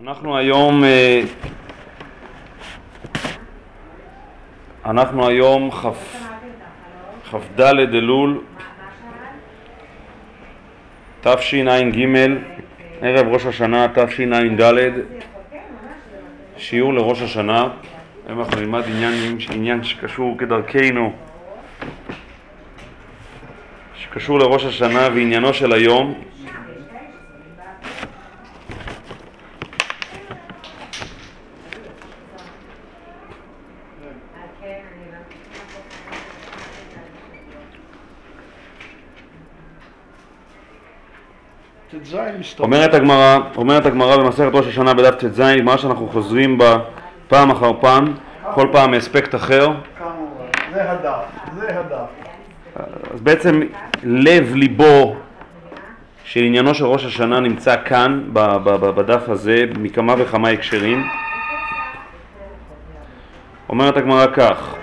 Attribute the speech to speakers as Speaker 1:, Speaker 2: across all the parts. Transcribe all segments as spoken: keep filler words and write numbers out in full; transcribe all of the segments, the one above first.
Speaker 1: אנחנו היום אנחנו היום כ"ד אלול תשע"ג, ערב ראש השנה תשע"ד, שיעור לראש השנה. אנחנו נלמד עניין, עניין שקשור כדרכנו, שקשור לראש השנה ועניינו של היום. אומרת הגמרא, אומרת הגמרא במסכת ראש השנה בדף ט"ז, מה שאנחנו חוזרים בה פעם אחר פעם, כל פעם מאספקט אחר.
Speaker 2: זה הדף, זה הדף.
Speaker 1: אז בעצם לב ליבו של עניינו של ראש השנה נמצא כאן בדף הזה מכמה וכמה הקשרים. אומרת הגמרא כך: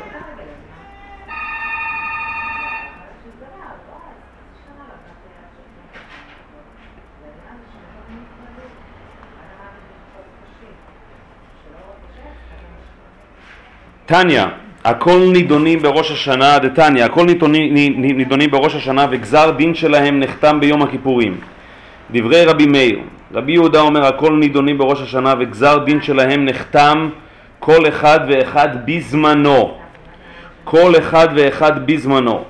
Speaker 1: תניא, הכל נידונים בראש השנה, דתניא, הכל נידונים בראש השנה וגזר דין שלהם נחתם ביום הכיפורים. דברי רבי מאיר, רבי יהודה אומר הכל נידונים בראש השנה וגזר דין שלהם נחתם כל אחד ואחד בזמנו, כל אחד ואחד בזמנו.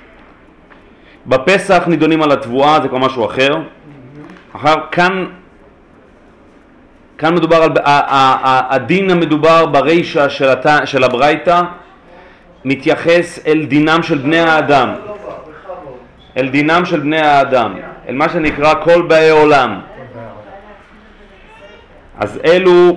Speaker 1: בפסח נידונים על התבואה, זה כבר משהו אחר. אחר כאן כאן מדובר על הדין המדובר ברישה של, הת... של הברייתא מתייחס אל דינם של בני האדם, אל דינם של בני האדם, אל מה שנקרא כל באי עולם. אז אלו,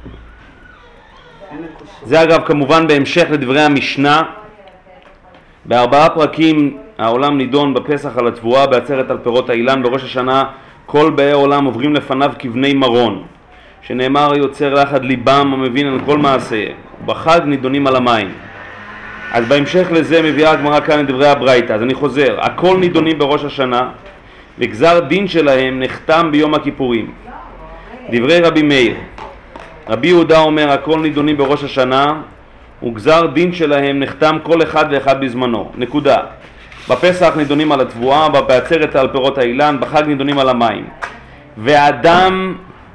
Speaker 1: זה אגב כמובן בהמשך לדברי המשנה, בארבעה פרקים העולם נידון בפסח על התבואה, בעצרת על פירות האילן. בראש השנה כל באי עולם עוברים לפניו כבני מרון, שנאמר יוצר לאחד ליבם המבין על כל מעשיהם, בחג נידונים על המים. אז בהמשך לזה מביאה הגמרא כאן את דברי הברייתא. אז אני חוזר, הכל נידונים בראש השנה וגזר דין שלהם נחתם ביום הכיפורים. דברי רבי מאיר, רבי יהודה אומר הכל נידונים בראש השנה וגזר דין שלהם נחתם כל אחד ואחד בזמנו, נקודה. בפסח נידונים על התבואה, בעצרת על פירות האילן, בחג נידונים על המים. ואדם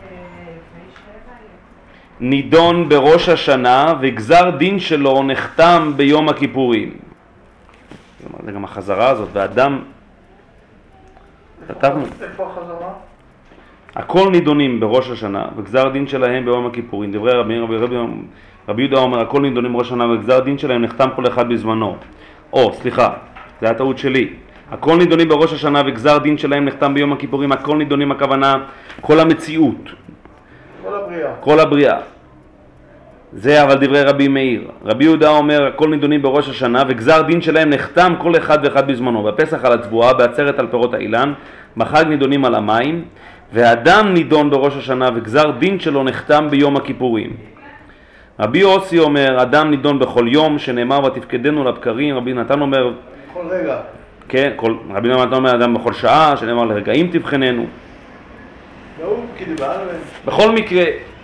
Speaker 1: נידון בראש השנה וגזר דין שלו נחתם ביום הכיפורים. זה גם החזרה הזאת, ואדם כתבנו
Speaker 2: איפה החזרה?
Speaker 1: הכל נידונים בראש השנה וגזר דין שלהם ביום הכיפורים. דברי רבי, רבי, רבי, רבי יהודה אומר הכל נידונים בראש השנה וגזר דין שלהם נחתם כל אחד בזמנו. או סליחה, זה הטעות שלי. הכל נידונים בראש השנה וגזר דין שלהם נחתם ביום הכיפורים. הכל נידונים, הכוונה כל המציאות,
Speaker 2: כל הבריאה.
Speaker 1: כל הבריאה. זה אבל דברי רבי מאיר. רבי יהודה אומר הכל נידונים בראש השנה וגזר דין שלהם נחתם כל אחד ואחד בזמנו. בפסח על התבואה, בעצרת על פירות האילן, בחג נידונים על המים. והאדם נידון בראש השנה וגזר דין שלו נחתם ביום הכיפורים. רבי יוסי אומר אדם נידון בכל יום, שנאמר ותפקדנו לבקרים. רבי נתן אומר
Speaker 2: כל רגע.
Speaker 1: כן, כל, רבי נתן אומר אדם בכל שעה, שנאמר לרגעים תבחננו.
Speaker 2: נהוג כי דיברנו.
Speaker 1: בכל מקרה,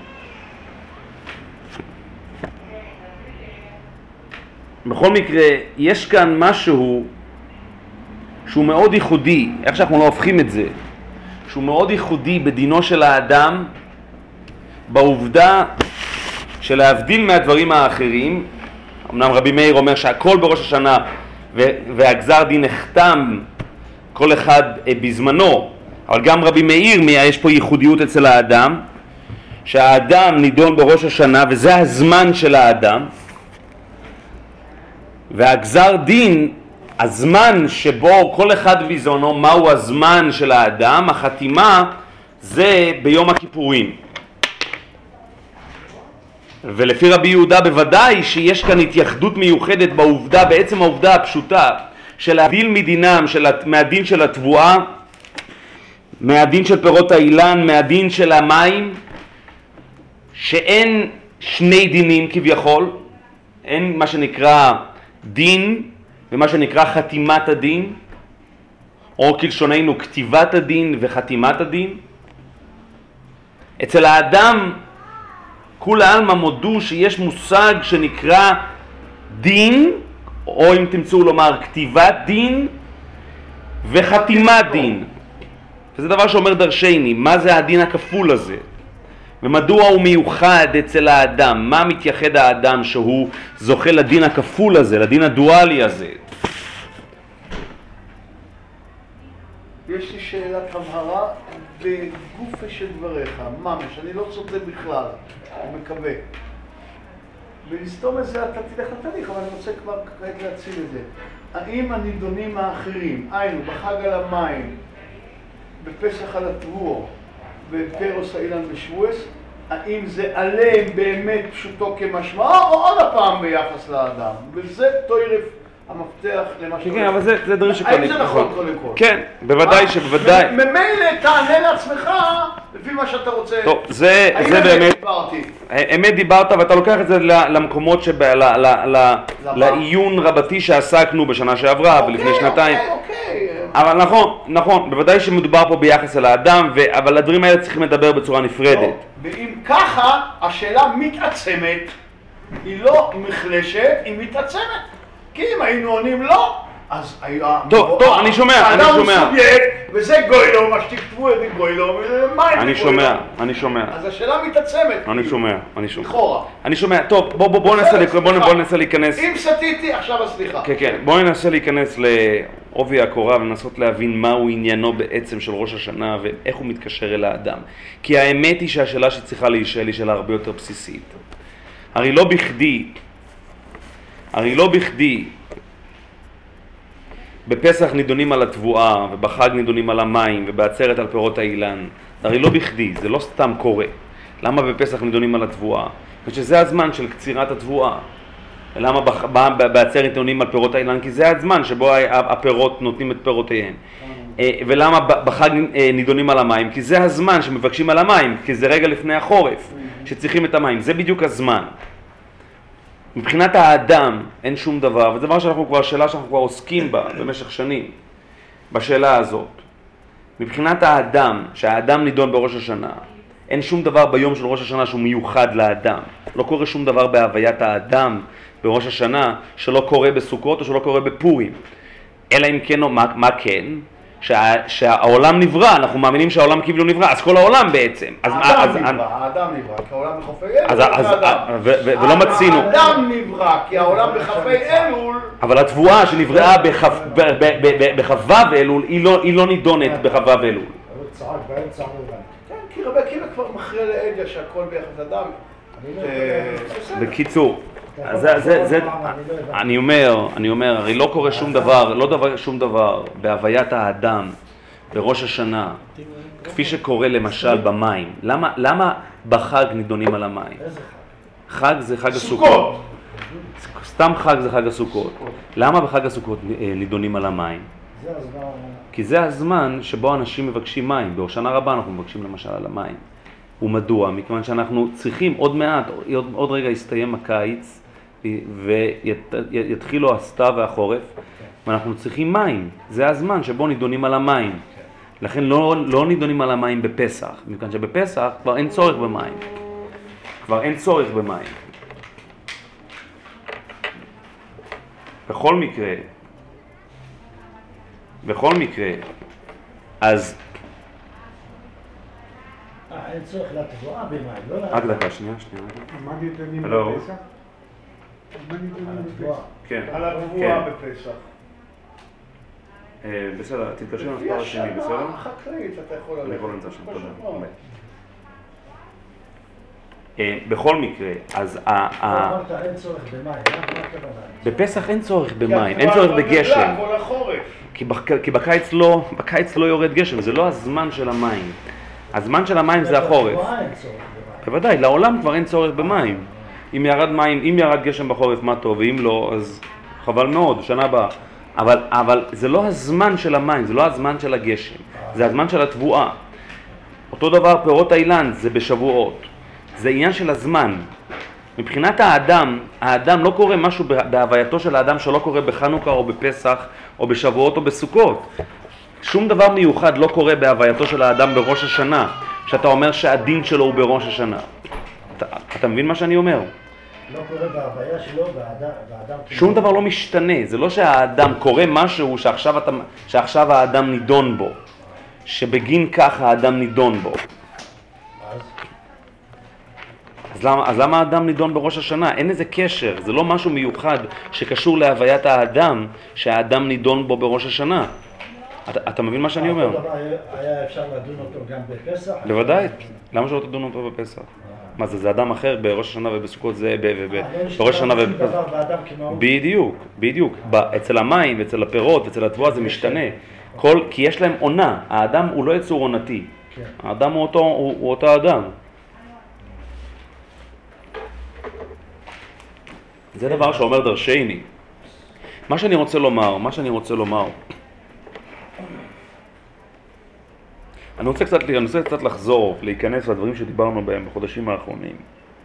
Speaker 1: בכל מקרה יש כאן משהו שהוא מאוד ייחודי, איך שאנחנו לא הופכים את זה, שהוא מאוד ייחודי בדינו של האדם, בעובדה של להבדיל מהדברים האחרים. אמנם רבי מאיר אומר שהכל בראש השנה והגזר דין נחתם כל אחד בזמנו, אבל גם רבי מאיר, יש פה ייחודיות אצל האדם, שהאדם נידון בראש השנה וזה הזמן של האדם, והגזר דין, הזמן שבו כל אחד בזמנו, מהו הזמן של האדם, החתימה זה ביום הכיפורים. ולפי רבי יהודה בוודאי שיש כאן התייחדות מיוחדת בעובדה, בעצם העובדה הפשוטה של להבדיל מדינם, של, מהדין של התבואה, מהדין של פירות האילן, מהדין של המים, שאין שני דינים כביכול, אין מה שנקרא דין ומה שנקרא חתימת הדין, או כלשוננו כתיבת הדין וחתימת הדין, אצל האדם, כול העלמא מודו שיש מושג שנקרא דין, או אם תמצאו לומר כתיבת דין וחתימת דין. וזה דבר שאומר דרשני, מה זה הדין הכפול הזה? ומדוע הוא מיוחד אצל האדם? מה מתייחד האדם שהוא זוכה לדין הכפול הזה, לדין הדואלי הזה?
Speaker 2: יש לי שאלת הבהרה בגופה של דבריך, ממש, אני לא צודק בכלל, אני מקווה. ולסתום את זה אתה תלך לתהליך, אבל אני רוצה כבר כעת להציל את זה. האם הנידונים האחרים, היינו, בחג על המים, בפסח על התבואו, בפרוס האילן בשבועס, האם זה עליהם באמת פשוטו כמשמעו, או עוד הפעם ביחס לאדם? וזה תוירף המפתח למה שאתה...
Speaker 1: כן, אבל זה דברים שקודם.
Speaker 2: האם זה נכון קודם כל?
Speaker 1: כן, בוודאי שבוודאי.
Speaker 2: ממילא תענה לעצמך לפי מה שאתה רוצה.
Speaker 1: טוב, זה באמת... אמת דיברת, ואתה לוקח את זה למקומות לעיון רבתי שעסקנו בשנה שעברה ולפני שנתיים.
Speaker 2: אוקיי, אוקיי.
Speaker 1: אבל נכון, נכון, בוודאי שמדובר פה ביחס אל האדם, אבל הדברים האלה צריכים לדבר בצורה נפרדת.
Speaker 2: ואם ככה, השאלה מתעצמת, היא לא מחלשת, היא מתעצמת. כי אם היינו עונים לא, אז היה...
Speaker 1: טוב, טוב, אני שומע, אני שומע.
Speaker 2: האדם הוא סובייקט, וזה גוילו, מה שתכתבו את זה גוילו, וזה מים.
Speaker 1: אני שומע, אני שומע.
Speaker 2: אז השאלה מתעצמת.
Speaker 1: אני שומע, אני שומע.
Speaker 2: לכאורה.
Speaker 1: אני שומע, טוב, בוא ננסה להיכנס...
Speaker 2: אם סתיתי, עכשיו הסליחה.
Speaker 1: כן, כן, בוא ננסה להיכנס לעובי הקורה ולנסות להבין מהו עניינו בעצם של ראש השנה ואיך הוא מתקשר אל האדם. כי האמת היא שהשאלה שצריכה להישאל היא שאלה הרבה יותר בסיסית. הרי לא בכדי, הרי לא בכדי, בפסח נידונים על התבואה, ובחג נידונים על המים, ובעצרת על פירות האילן. הרי לא בכדי, זה לא סתם קורה. למה בפסח נידונים על התבואה? שזה הזמן של קצירת התבואה. למה בעצרת נידונים על פירות האילן? כי זה הזמן שבו הפירות נותנים את פירותיהן. ולמה בחג נידונים על המים? כי זה הזמן שמבקשים על המים, כי זה רגע לפני החורף, שצריכים את המים. זה בדיוק הזמן. מבחינת האדם אין שום דבר, וזה דבר שאנחנו כבר, שאלה שאנחנו כבר עוסקים בה במשך שנים, בשאלה הזאת. מבחינת האדם, שהאדם נידון בראש השנה, אין שום דבר ביום של ראש השנה שהוא מיוחד לאדם. לא קורה שום דבר בהוויית האדם בראש השנה שלא קורה בסוכות או שלא קורה בפורים. אלא אם כן, מה, מה כן? שה, שהעולם נברא, אנחנו מאמינים שהעולם כאילו נברא, אז כל העולם בעצם.
Speaker 2: האדם
Speaker 1: אז,
Speaker 2: נברא,
Speaker 1: אז,
Speaker 2: האדם נברא, כי העולם בכ"ה אלול,
Speaker 1: אז, אז, ו, ו, ולא מצינו.
Speaker 2: האדם נברא, כי העולם בכ"ה אלול.
Speaker 1: אבל התבואה שנבראה בכ"ו אלול, היא לא, היא לא נידונת בכ"ו אלול.
Speaker 2: צעק באמצע העולם. כן, כי רבי עקיבא כבר מכריע לעדיה שהכל ביחס אדם.
Speaker 1: בקיצור, זה, זה, זה, אני אומר, אני אומר, הרי לא קורה שום דבר, לא דבר, שום דבר בהוויית האדם בראש השנה, כפי שקורה למשל במים. למה, למה בחג נידונים על המים? חג זה חג הסוכות. סתם חג זה חג הסוכות. למה בחג הסוכות נידונים על המים? כי זה הזמן שבו אנשים מבקשים מים. בהושענא רבה אנחנו מבקשים למשל על המים. ומדוע? מכיוון שאנחנו צריכים עוד מעט, עוד, עוד רגע יסתיים הקיץ ויתחילו הסתיו והחורף, ואנחנו צריכים מים. זה הזמן שבו נידונים על המים. לכן לא, לא נידונים על המים בפסח, מכיוון שבפסח כבר אין צורך במים. כבר אין צורך במים. בכל מקרה, בכל מקרה, אז...
Speaker 3: אין צורך לתבואה במים, לא...
Speaker 1: רק דקה, שנייה, שנייה.
Speaker 2: מה נידונים
Speaker 1: הלו.
Speaker 2: בפסח? מה נידונים בפסח?
Speaker 1: כן.
Speaker 2: על התבואה בפסח.
Speaker 1: בסדר, תתקשר למספר השני, בסדר?
Speaker 2: החקלאית אתה יכול ללכת.
Speaker 1: אני יכול למצוא שם, תודה. בכל מקרה, אז
Speaker 3: אמרת אין צורך במים,
Speaker 1: בפסח אין צורך במים, אין צורך בגשם.
Speaker 2: כל החורף.
Speaker 1: כי בקיץ לא, בקיץ לא יורד גשם, זה לא הזמן של המים. הזמן של המים זה החורף. בוודאי, לעולם כבר אין צורך במים. אם ירד מים, אם ירד גשם בחורף, מה טוב, ואם לא, אז חבל מאוד, שנה הבאה. אבל, אבל זה לא הזמן של המים, זה לא הזמן של הגשם, זה הזמן של התבואה. אותו דבר פירות האילן, זה בשבועות. זה עניין של הזמן. מבחינת האדם, האדם לא קורה משהו בהווייתו של האדם שלא קורה בחנוכה או בפסח או בשבועות או בסוכות. שום דבר מיוחד לא קורה בהווייתו של האדם בראש השנה, שאתה אומר שהדין שלו הוא בראש השנה. אתה, אתה מבין מה שאני אומר?
Speaker 3: לא קורה בהוויה שלו, והאדם...
Speaker 1: שום דבר לא משתנה, זה לא שהאדם קורא משהו שעכשיו, אתה, שעכשיו האדם נידון בו, שבגין כך האדם נידון בו.
Speaker 3: אז?
Speaker 1: אז למה, אז למה האדם נידון בראש השנה? אין איזה קשר, זה לא משהו מיוחד שקשור להוויית האדם שהאדם נידון בו בראש השנה. אתה, אתה מבין מה שאני אומר?
Speaker 3: אותו דבר היה אפשר לדון אותו גם בפסח?
Speaker 1: בוודאי, למה שלא תדון אותו בפסח? מה זה, זה אדם אחר בראש השנה ובסוכות זה, בראש השנה ובפסח. בדיוק, בדיוק. אצל המים, אצל הפירות, אצל התבואה זה משתנה. כי יש להם עונה, האדם הוא לא יצור עונתי. האדם הוא אותו אדם. זה דבר שאומר דרשני. מה שאני רוצה לומר, מה שאני רוצה לומר, אני רוצה קצת, אני רוצה קצת לחזור, להיכנס לדברים שדיברנו בהם בחודשים האחרונים.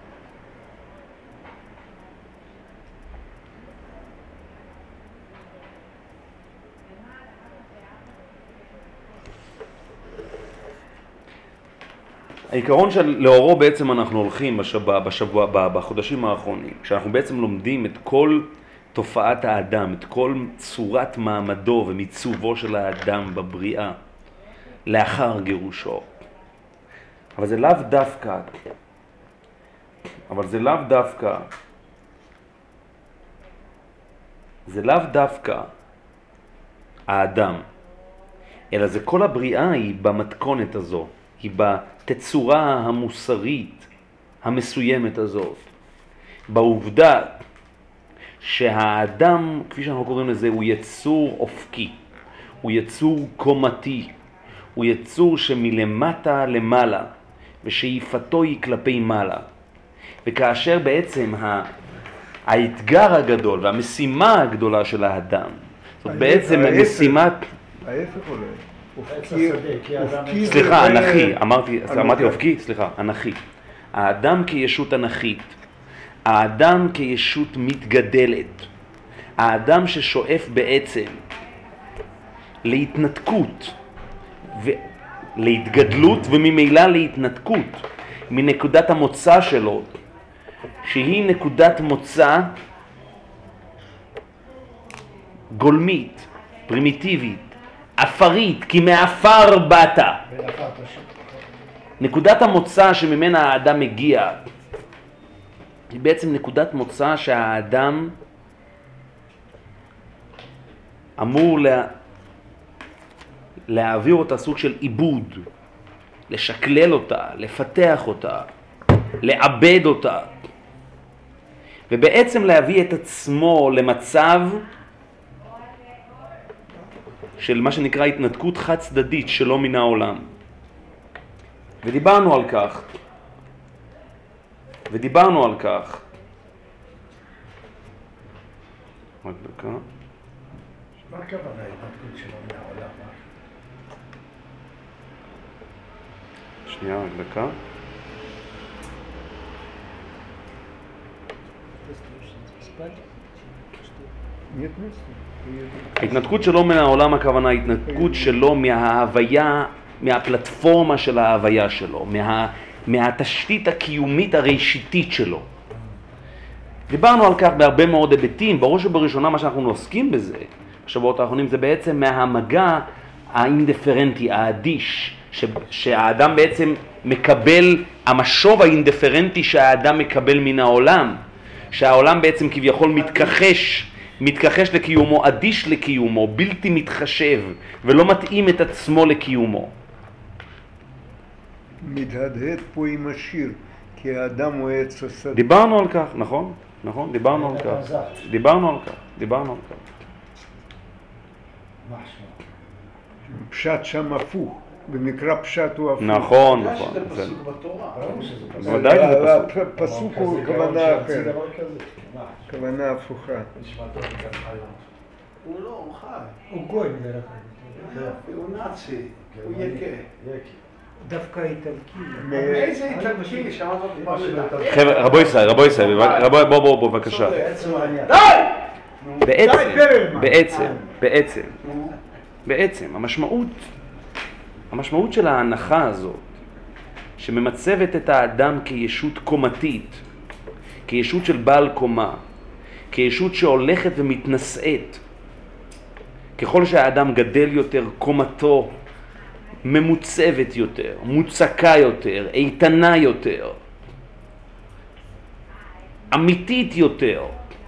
Speaker 1: העיקרון שלאורו בעצם אנחנו הולכים בשבוע, בשבוע, בחודשים האחרונים, כשאנחנו בעצם לומדים את כל תופעת האדם, את כל צורת מעמדו ומיצובו של האדם בבריאה, לאחר גירושו. אבל זה לאו דווקא, אבל זה לאו דווקא, זה לאו דווקא האדם, אלא זה כל הבריאה היא במתכונת הזו, היא בתצורה המוסרית המסוימת הזאת, בעובדה שהאדם, כפי שאנחנו קוראים לזה, הוא יצור אופקי, הוא יצור קומתי, הוא יצור שמלמטה למעלה, ושאיפתו היא כלפי מעלה. וכאשר בעצם האתגר הגדול והמשימה הגדולה של האדם, זאת בעצם משימת...
Speaker 2: ההפך עולה.
Speaker 1: סליחה, אנכי, אמרתי, אמרתי אופקי, סליחה, אנכי. האדם כישות אנכית, האדם כישות מתגדלת, האדם ששואף בעצם להתנתקות, להתגדלות וממילא להתנתקות מנקודת המוצא שלו, שהיא נקודת מוצא גולמית, פרימיטיבית, אפרית, כי מאפר באת. נקודת המוצא שממנה האדם מגיע היא בעצם נקודת מוצא שהאדם אמור לה... להעביר אותה סוג של עיבוד, לשקלל אותה, לפתח אותה, לעבד אותה, ובעצם להביא את עצמו למצב של מה שנקרא התנתקות חד צדדית שלא מן העולם. ודיברנו על כך, ודיברנו על כך. רק דקה.
Speaker 3: מה הכוונה ההתנתקות שלו מהעולם?
Speaker 1: שנייה, רק דקה. ההתנתקות שלו מהעולם, הכוונה ההתנתקות שלו מההוויה, מהפלטפורמה של ההוויה שלו, מה, מהתשתית הקיומית הראשיתית שלו. דיברנו על כך בהרבה מאוד היבטים. בראש ובראשונה מה שאנחנו עוסקים בזה בשבועות האחרונים זה בעצם מהמגע האינדיפרנטי, האדיש, ש, שהאדם בעצם מקבל, המשוב האינדיפרנטי שהאדם מקבל מן העולם, שהעולם בעצם כביכול מתכחש, מתכחש לקיומו, אדיש לקיומו, בלתי מתחשב, ולא מתאים את עצמו לקיומו.
Speaker 2: מתהדהד פה עם השיר, כי האדם הוא עץ השדה.
Speaker 1: דיברנו על כך, נכון? נכון, דיברנו על כך. דיברנו על כך, דיברנו על כך.
Speaker 2: פשט שם הפוך, במקרא פשט הוא הפוך.
Speaker 1: נכון, נכון.
Speaker 2: זה פסוק בתורה.
Speaker 1: ודאי שזה פסוק.
Speaker 2: פסוק הוא כוונה אחרת. כוונה הפוכה. הוא לא, הוא חי.
Speaker 3: הוא גוי בדרך כלל.
Speaker 2: הוא נאצי, הוא יקה.
Speaker 3: דווקא איטלקי.
Speaker 2: איזה איטלקי? שמעת מה שלך.
Speaker 1: חבר'ה, רבו ישראל, רבו ישראל, בוא בוא בוא בוא בבקשה. בעצם, בעצם, בעצם, בעצם, המשמעות, המשמעות של ההנחה הזאת, שממצבת את האדם כישות קומתית, כישות של בעל קומה, כישות שהולכת ומתנשאת. ככל שהאדם גדל יותר, קומתו ממוצבת יותר, מוצקה יותר, איתנה יותר, אמיתית יותר.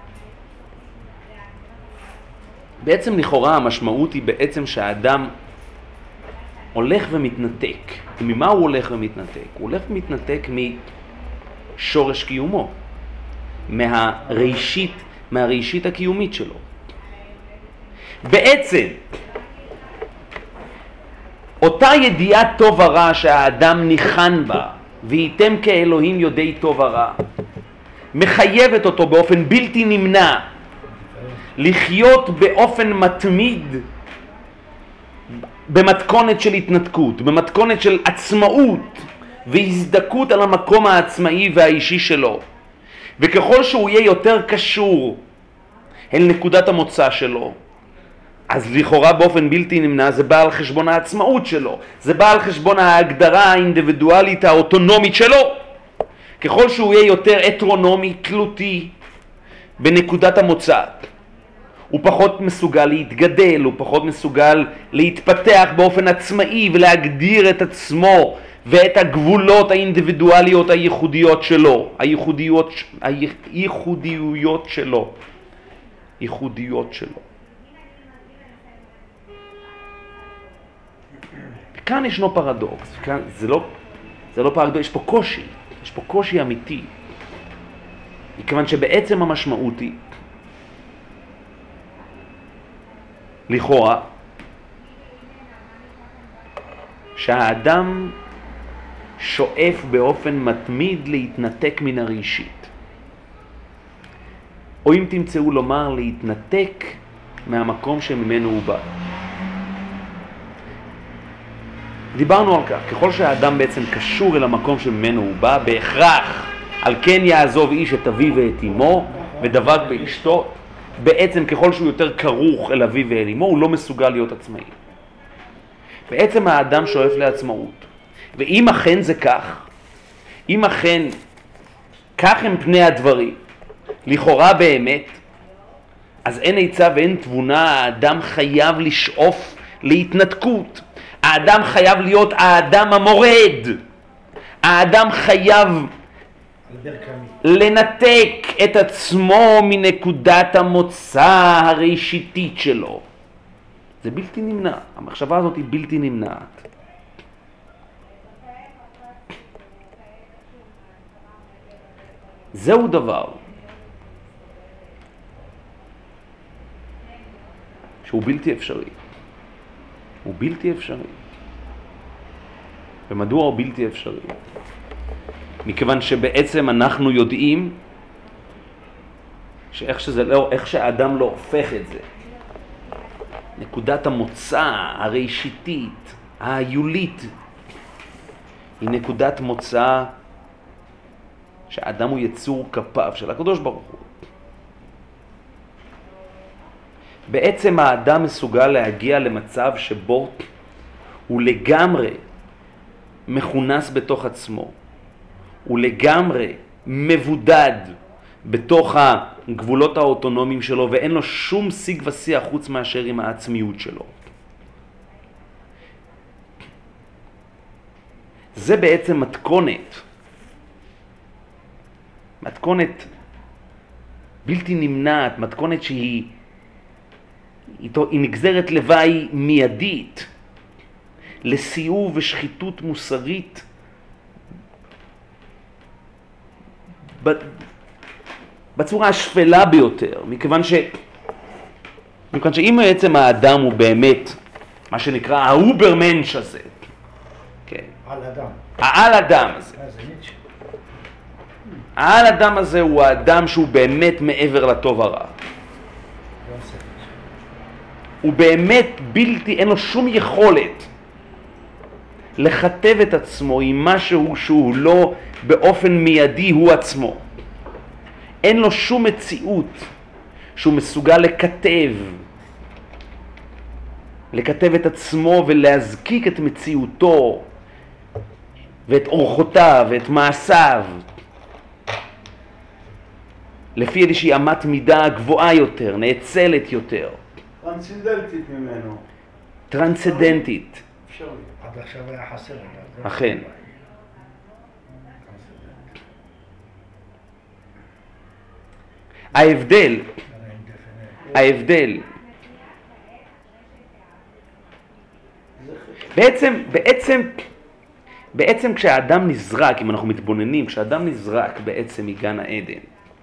Speaker 1: בעצם לכאורה המשמעות היא בעצם שהאדם הולך ומתנתק. ממה הוא הולך ומתנתק? הוא הולך ומתנתק משורש קיומו, מהראשית, מהראשית הקיומית שלו. בעצם אותה ידיעת טוב ורע שהאדם ניחן בה, והייתם כאלוהים יודעי טוב ורע, מחייבת אותו באופן בלתי נמנע לחיות באופן מתמיד במתכונת של התנתקות, במתכונת של עצמאות והזדקות על המקום העצמאי והאישי שלו. וככל שהוא יהיה יותר קשור אל נקודת המוצא שלו, אז לכאורה באופן בלתי נמנע זה בא על חשבון העצמאות שלו, זה בא על חשבון ההגדרה האינדיבידואלית האוטונומית שלו. ככל שהוא יהיה יותר אטרונומי, תלותי בנקודת המוצא, הוא פחות מסוגל להתגדל, הוא פחות מסוגל להתפתח באופן עצמאי ולהגדיר את עצמו ואת הגבולות האינדיבידואליות הייחודיות שלו, הייחודיות, הייחודיות שלו, ייחודיות שלו. כאן ישנו פרדוקס, כאן זה לא, זה לא פרדוקס, יש פה קושי, יש פה קושי אמיתי. מכיוון שבעצם המשמעות היא, לכאורה, שהאדם שואף באופן מתמיד להתנתק מן הראשית. או אם תמצאו לומר, להתנתק מהמקום שממנו הוא בא. דיברנו על כך, ככל שהאדם בעצם קשור אל המקום שממנו הוא בא, בהכרח על כן יעזוב איש את אביו ואת אמו ודבק באשתו. בעצם ככל שהוא יותר כרוך אל אביו ואל אמו, הוא לא מסוגל להיות עצמאי. בעצם האדם שואף לעצמאות. ואם אכן זה כך, אם אכן כך הם פני הדברים, לכאורה באמת, אז אין עצה ואין תבונה, האדם חייב לשאוף להתנתקות. האדם חייב להיות האדם המורד. האדם חייב לנתק את עצמו מנקודת המוצא הראשיתית שלו. זה בלתי נמנע. המחשבה הזאת היא בלתי נמנעת. זהו דבר שהוא בלתי אפשרי. הוא בלתי אפשרי. ומדוע הוא בלתי אפשרי? מכיוון שבעצם אנחנו יודעים שאיך שזה לא, איך שהאדם לא הופך את זה, נקודת המוצא הראשיתית, היולית, היא נקודת מוצא שהאדם הוא יצור כפיו של הקדוש ברוך הוא. בעצם האדם מסוגל להגיע למצב שבו הוא לגמרי מכונס בתוך עצמו, הוא לגמרי מבודד בתוך הגבולות האוטונומיים שלו, ואין לו שום שיג ושיח חוץ מאשר עם העצמיות שלו. זה בעצם מתכונת, מתכונת בלתי נמנעת, מתכונת שהיא היא נגזרת לוואי מיידית לסיור ושחיתות מוסרית בצורה השפלה ביותר, מכיוון ש מכיוון שאם בעצם האדם הוא באמת מה שנקרא האוברמנש הזה, כן,
Speaker 3: על אדם,
Speaker 1: העל אדם הזה, העל אדם הזה הוא האדם שהוא באמת מעבר לטוב הרע. הוא באמת בלתי, אין לו שום יכולת לכתב את עצמו עם משהו שהוא לא באופן מיידי הוא עצמו. אין לו שום מציאות שהוא מסוגל לכתב, לכתב את עצמו ולהזקיק את מציאותו ואת אורחותיו ואת מעשיו, לפי איזושהי אמת מידה גבוהה יותר, נאצלת יותר.
Speaker 2: טרנסצנדנטית ממנו.
Speaker 1: טרנסצנדנטית.
Speaker 2: אפשר לי.
Speaker 3: עד עכשיו היה חסר.
Speaker 1: אכן. ההבדל, ההבדל, בעצם, בעצם, בעצם כשהאדם נזרק, אם אנחנו מתבוננים, כשהאדם נזרק בעצם מגן העדן,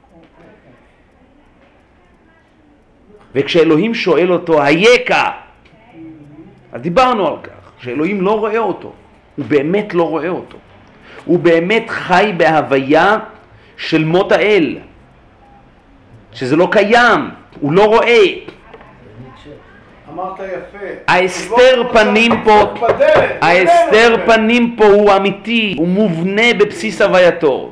Speaker 1: וכשאלוהים שואל אותו, היקה, אז דיברנו על כך, שאלוהים לא רואה אותו, הוא באמת לא רואה אותו, הוא באמת חי בהוויה של מות האל, שזה לא קיים, הוא לא רואה.
Speaker 2: אמרת יפה.
Speaker 1: ההסתר פנים פה, ההסתר פנים פה הוא אמיתי, הוא מובנה בבסיס הווייתו.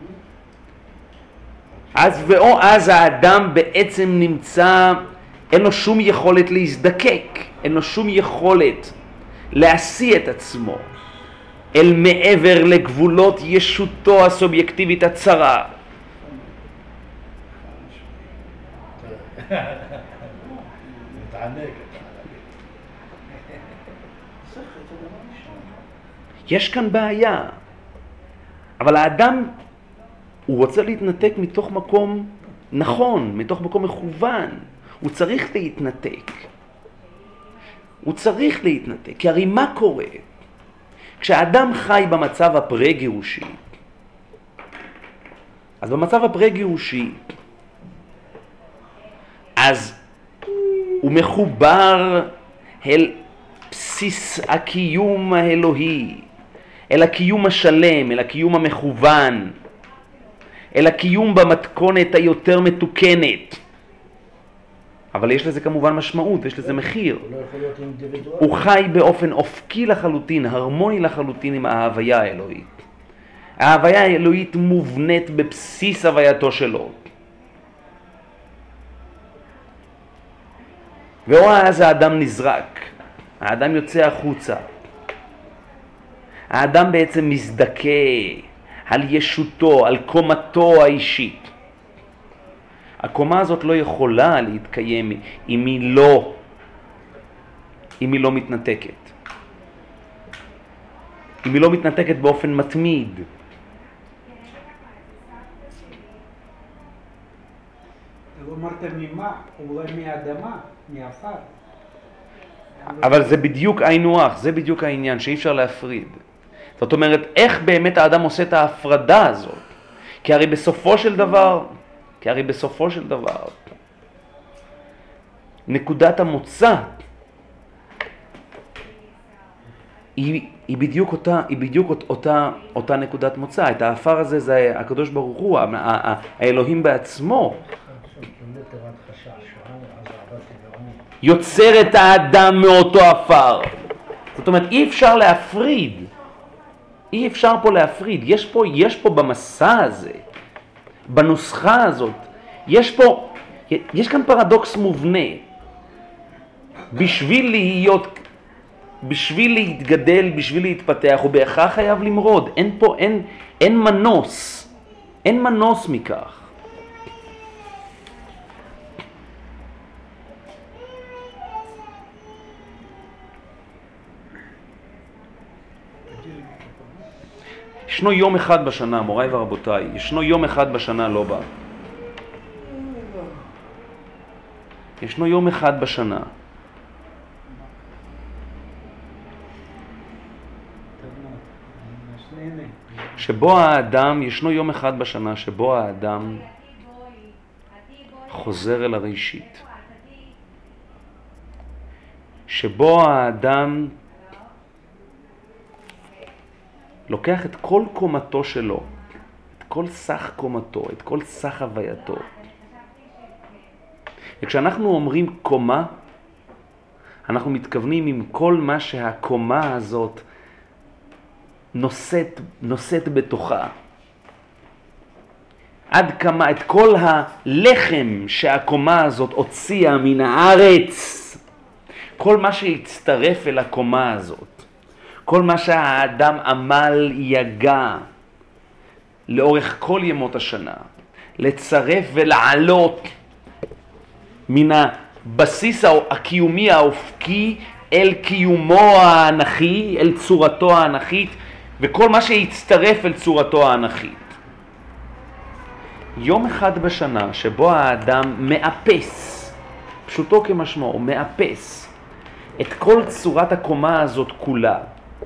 Speaker 1: אז ואו אז האדם בעצם נמצא, אין לו שום יכולת להזדקק, אין לו שום יכולת להשיא את עצמו אל מעבר לגבולות ישותו הסובייקטיבית הצרה. יש כאן בעיה, אבל האדם הוא רוצה להתנתק מתוך מקום נכון, מתוך מקום מכוון. הוא צריך להתנתק. הוא צריך להתנתק. כי הרי מה קורה? כשאדם חי במצב הפרה-גירושי, אז במצב הפרה-גירושי, אז הוא מחובר אל בסיס הקיום האלוהי, אל הקיום השלם, אל הקיום המכוון, אל הקיום במתכונת היותר מתוקנת. אבל יש לזה כמובן משמעות, יש לזה מחיר.
Speaker 3: הוא לא יכול להיות אינדיבידואל.
Speaker 1: הוא חי באופן אופקי לחלוטין, הרמוני לחלוטין עם ההוויה האלוהית. ההוויה האלוהית מובנית בבסיס הווייתו שלו. ואו אז האדם נזרק, האדם יוצא החוצה. האדם בעצם מזדכה על ישותו, על קומתו האישית. הקומה הזאת לא יכולה להתקיים אם היא לא, אם היא לא מתנתקת. אם היא לא מתנתקת באופן מתמיד.
Speaker 4: לא אמרת ממה, אולי מהאדמה, מהאפר.
Speaker 1: אבל זה בדיוק עינוח, זה בדיוק העניין, שאי אפשר להפריד. זאת אומרת, איך באמת האדם עושה את ההפרדה הזאת? כי הרי בסופו של דבר, כי הרי בסופו של דבר, נקודת המוצא היא, היא בדיוק אותה, היא בדיוק אותה, אותה נקודת מוצא. את האפר הזה זה הקדוש ברוך הוא, האלוהים בעצמו. יוצר את האדם מאותו אפר. זאת אומרת, אי אפשר להפריד. אי אפשר פה להפריד. יש פה, יש פה במסע הזה, בנוסחה הזאת, יש פה, יש כאן פרדוקס מובנה. בשביל להיות, בשביל להתגדל, בשביל להתפתח, הוא בהכרח חייב למרוד. אין פה, אין, אין מנוס. אין מנוס מכך. ישנו יום אחד בשנה, מוריי ורבותיי, ישנו יום אחד בשנה לא בא. ישנו יום אחד בשנה. שבו האדם, ישנו יום אחד בשנה שבו האדם חוזר אל הראשית. שבו האדם לוקח את כל קומתו שלו, את כל סך קומתו, את כל סך הווייתו. וכשאנחנו אומרים קומה, אנחנו מתכוונים עם כל מה שהקומה הזאת נושאת, נושאת בתוכה. עד כמה, את כל הלחם שהקומה הזאת הוציאה מן הארץ, כל מה שהצטרף אל הקומה הזאת, כל מה שהאדם עמל יגע לאורך כל ימות השנה, לצרף ולעלות מן הבסיס הקיומי האופקי אל קיומו האנכי, אל צורתו האנכית, וכל מה שיצטרף אל צורתו האנכית. יום אחד בשנה שבו האדם מאפס, פשוטו כמשמעו, הוא מאפס את כל צורת הקומה הזאת כולה,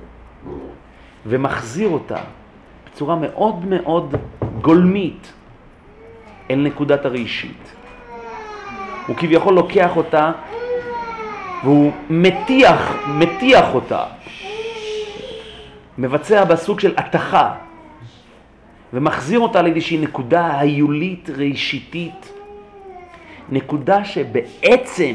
Speaker 1: ומחזיר אותה בצורה מאוד מאוד גולמית אל נקודת הראשית. הוא כביכול לוקח אותה והוא מטיח, מטיח אותה, מבצע בסוג של התחה, ומחזיר אותה לאיזושהי נקודה היולית, ראשיתית, נקודה שבעצם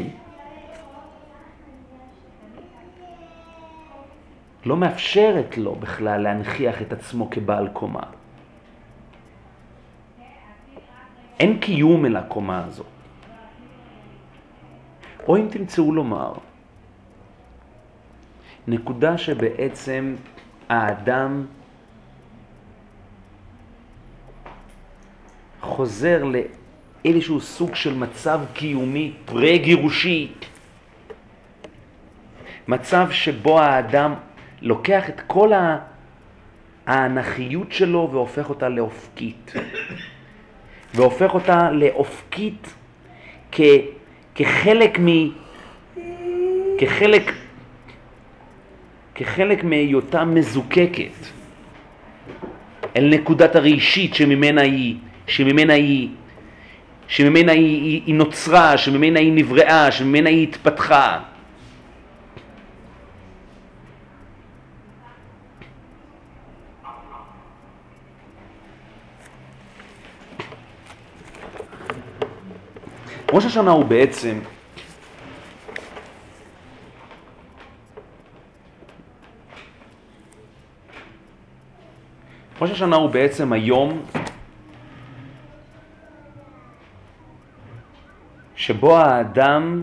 Speaker 1: לא מאפשרת לו בכלל להנכיח את עצמו כבעל קומה. אין קיום אל הקומה הזאת. או אם תמצאו לומר, נקודה שבעצם האדם חוזר לאיזשהו סוג של מצב קיומי פרה-גירושי, מצב שבו האדם לוקח את כל האנכיות שלו והופך אותה לאופקית, והופך אותה לאופקית כ, כחלק מ... כחלק, כחלק מהיותה מזוקקת אל נקודת הראשית שממנה היא, שממנה היא, שממנה היא, היא, היא נוצרה, שממנה היא נבראה, שממנה היא התפתחה. ראש השנה הוא בעצם ראש השנה הוא בעצם היום שבו האדם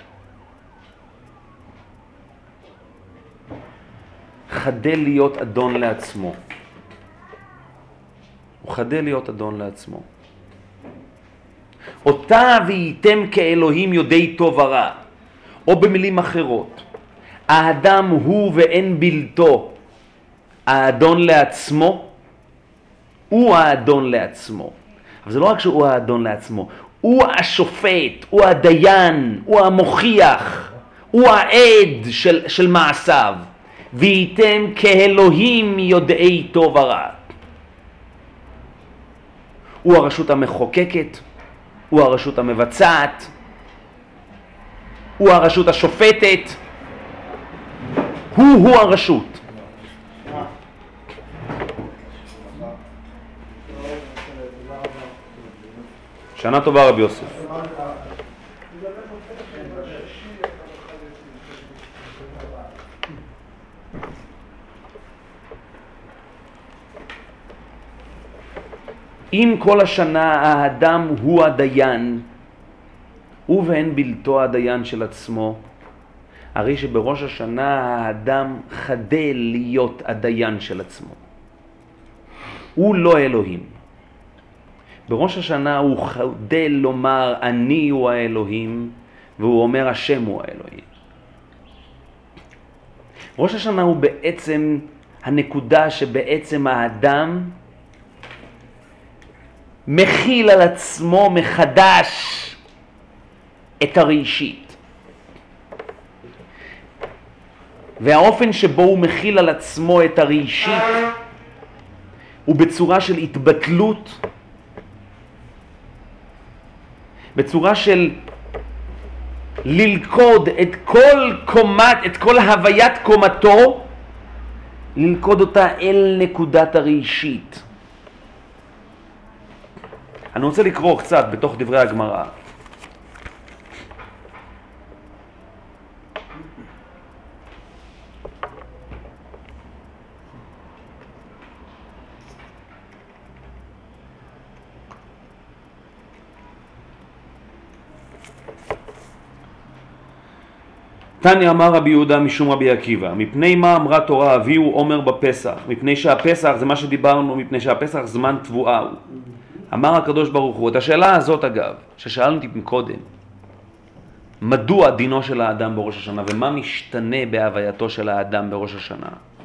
Speaker 1: חדל להיות אדון לעצמו. הוא חדל להיות אדון לעצמו. אותה והייתם כאלוהים יודעי טוב ורע, או במילים אחרות, האדם הוא ואין בלתו, האדון לעצמו, הוא האדון לעצמו. אבל זה לא רק שהוא האדון לעצמו, הוא השופט, הוא הדיין, הוא המוכיח, הוא העד של, של מעשיו. והייתם כאלוהים יודעי טוב ורע. הוא הרשות המחוקקת, הוא הרשות המבצעת, הוא הרשות השופטת, הוא-הוא הרשות. שנה טובה רבי יוסף. אם כל השנה האדם הוא הדיין, ובהן בלתו הדיין של עצמו, הרי שבראש השנה האדם חדל להיות הדיין של עצמו. הוא לא אלוהים. בראש השנה הוא חדל לומר אני הוא האלוהים, והוא אומר השם הוא האלוהים. ראש השנה הוא בעצם הנקודה שבעצם האדם מכיל על עצמו מחדש את הראשית. והאופן שבו הוא מכיל על עצמו את הראשית הוא בצורה של התבטלות, בצורה של ללכוד את כל קומת, את כל הוויית קומתו, ללכוד אותה אל נקודת הראשית. אני רוצה לקרוא קצת בתוך דברי הגמרא. תניא אמר רבי יהודה משום רבי עקיבא, מפני מה אמרה תורה הביאו עומר בפסח? מפני שהפסח, זה מה שדיברנו, מפני שהפסח זמן תבואה הוא. אמר הקדוש ברוך הוא, את השאלה הזאת אגב, ששאלנו אותי קודם, מדוע דינו של האדם בראש השנה ומה משתנה בהווייתו של האדם בראש השנה?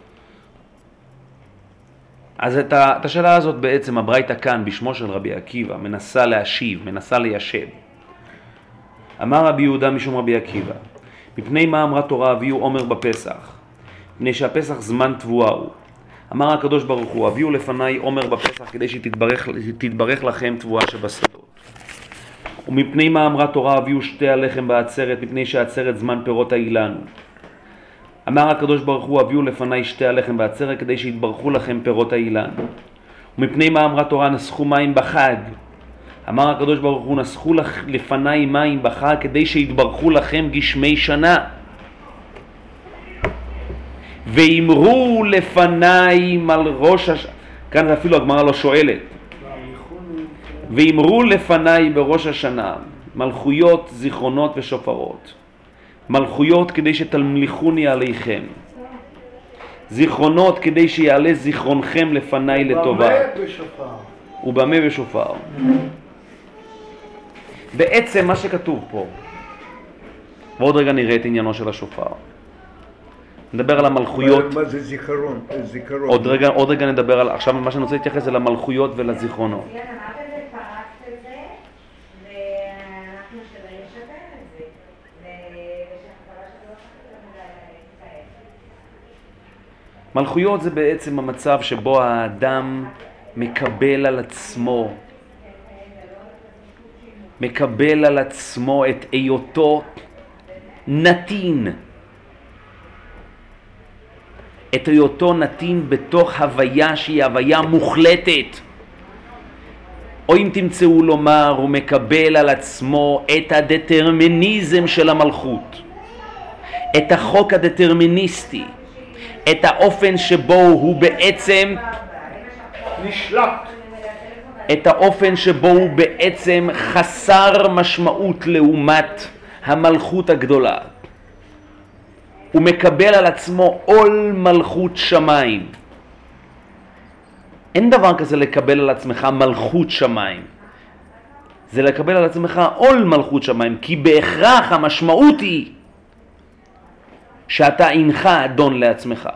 Speaker 1: אז את, ה, את השאלה הזאת בעצם הברייתא כאן בשמו של רבי עקיבא מנסה להשיב, מנסה ליישב. אמר רבי יהודה משום רבי עקיבא, מפני מה אמרה תורה הביאו עומר בפסח? מפני שהפסח זמן תבואה הוא. אמר הקדוש ברוך הוא, הביאו לפניי עומר בפסח כדי שתתברך, שתתברך לכם תבואה שבשדות. ומפני מה אמרה תורה הביאו שתי הלחם בעצרת? מפני שהעצרת זמן פירות האילן. אמר הקדוש ברוך הוא, הביאו לפניי שתי הלחם בעצרת כדי שיתברכו לכם פירות האילן. ומפני מה אמרה תורה נסחו מים בחג? אמר הקדוש ברוך הוא, נסחו לפניי מים בחג כדי שיתברכו לכם גשמי שנה. ואמרו לפניי על ראש השנה, כאן אפילו הגמרא לא שואלת, ואמרו לפניי בראש השנה מלכויות, זיכרונות ושופרות. מלכויות כדי שתמליכוני עליכם, זיכרונות כדי שיעלה זיכרונכם לפניי לטובה, ובמה ושופר. בעצם מה שכתוב פה, ועוד רגע נראה את עניינו של השופר, נדבר על המלכויות.
Speaker 3: מה זה זיכרון? זיכרון.
Speaker 1: עוד רגע, עוד רגע נדבר על, עכשיו מה שאני רוצה להתייחס זה למלכויות ולזיכרונות. מלכויות זה בעצם המצב שבו האדם מקבל על עצמו, מקבל על עצמו את היותו נתין, את היותו נתין בתוך הוויה שהיא הוויה מוחלטת. או אם תמצאו לומר, הוא מקבל על עצמו את הדטרמיניזם של המלכות, את החוק הדטרמיניסטי, את האופן שבו הוא בעצם
Speaker 2: נשלט,
Speaker 1: את האופן שבו הוא בעצם חסר משמעות לעומת המלכות הגדולה. הוא מקבל על עצמו עול מלכות שמיים. אין דבר כזה לקבל על עצמך מלכות שמיים. זה לקבל על עצמך עול מלכות שמיים, כי בהכרח המשמעות היא שאתה אינך אדון לעצמך.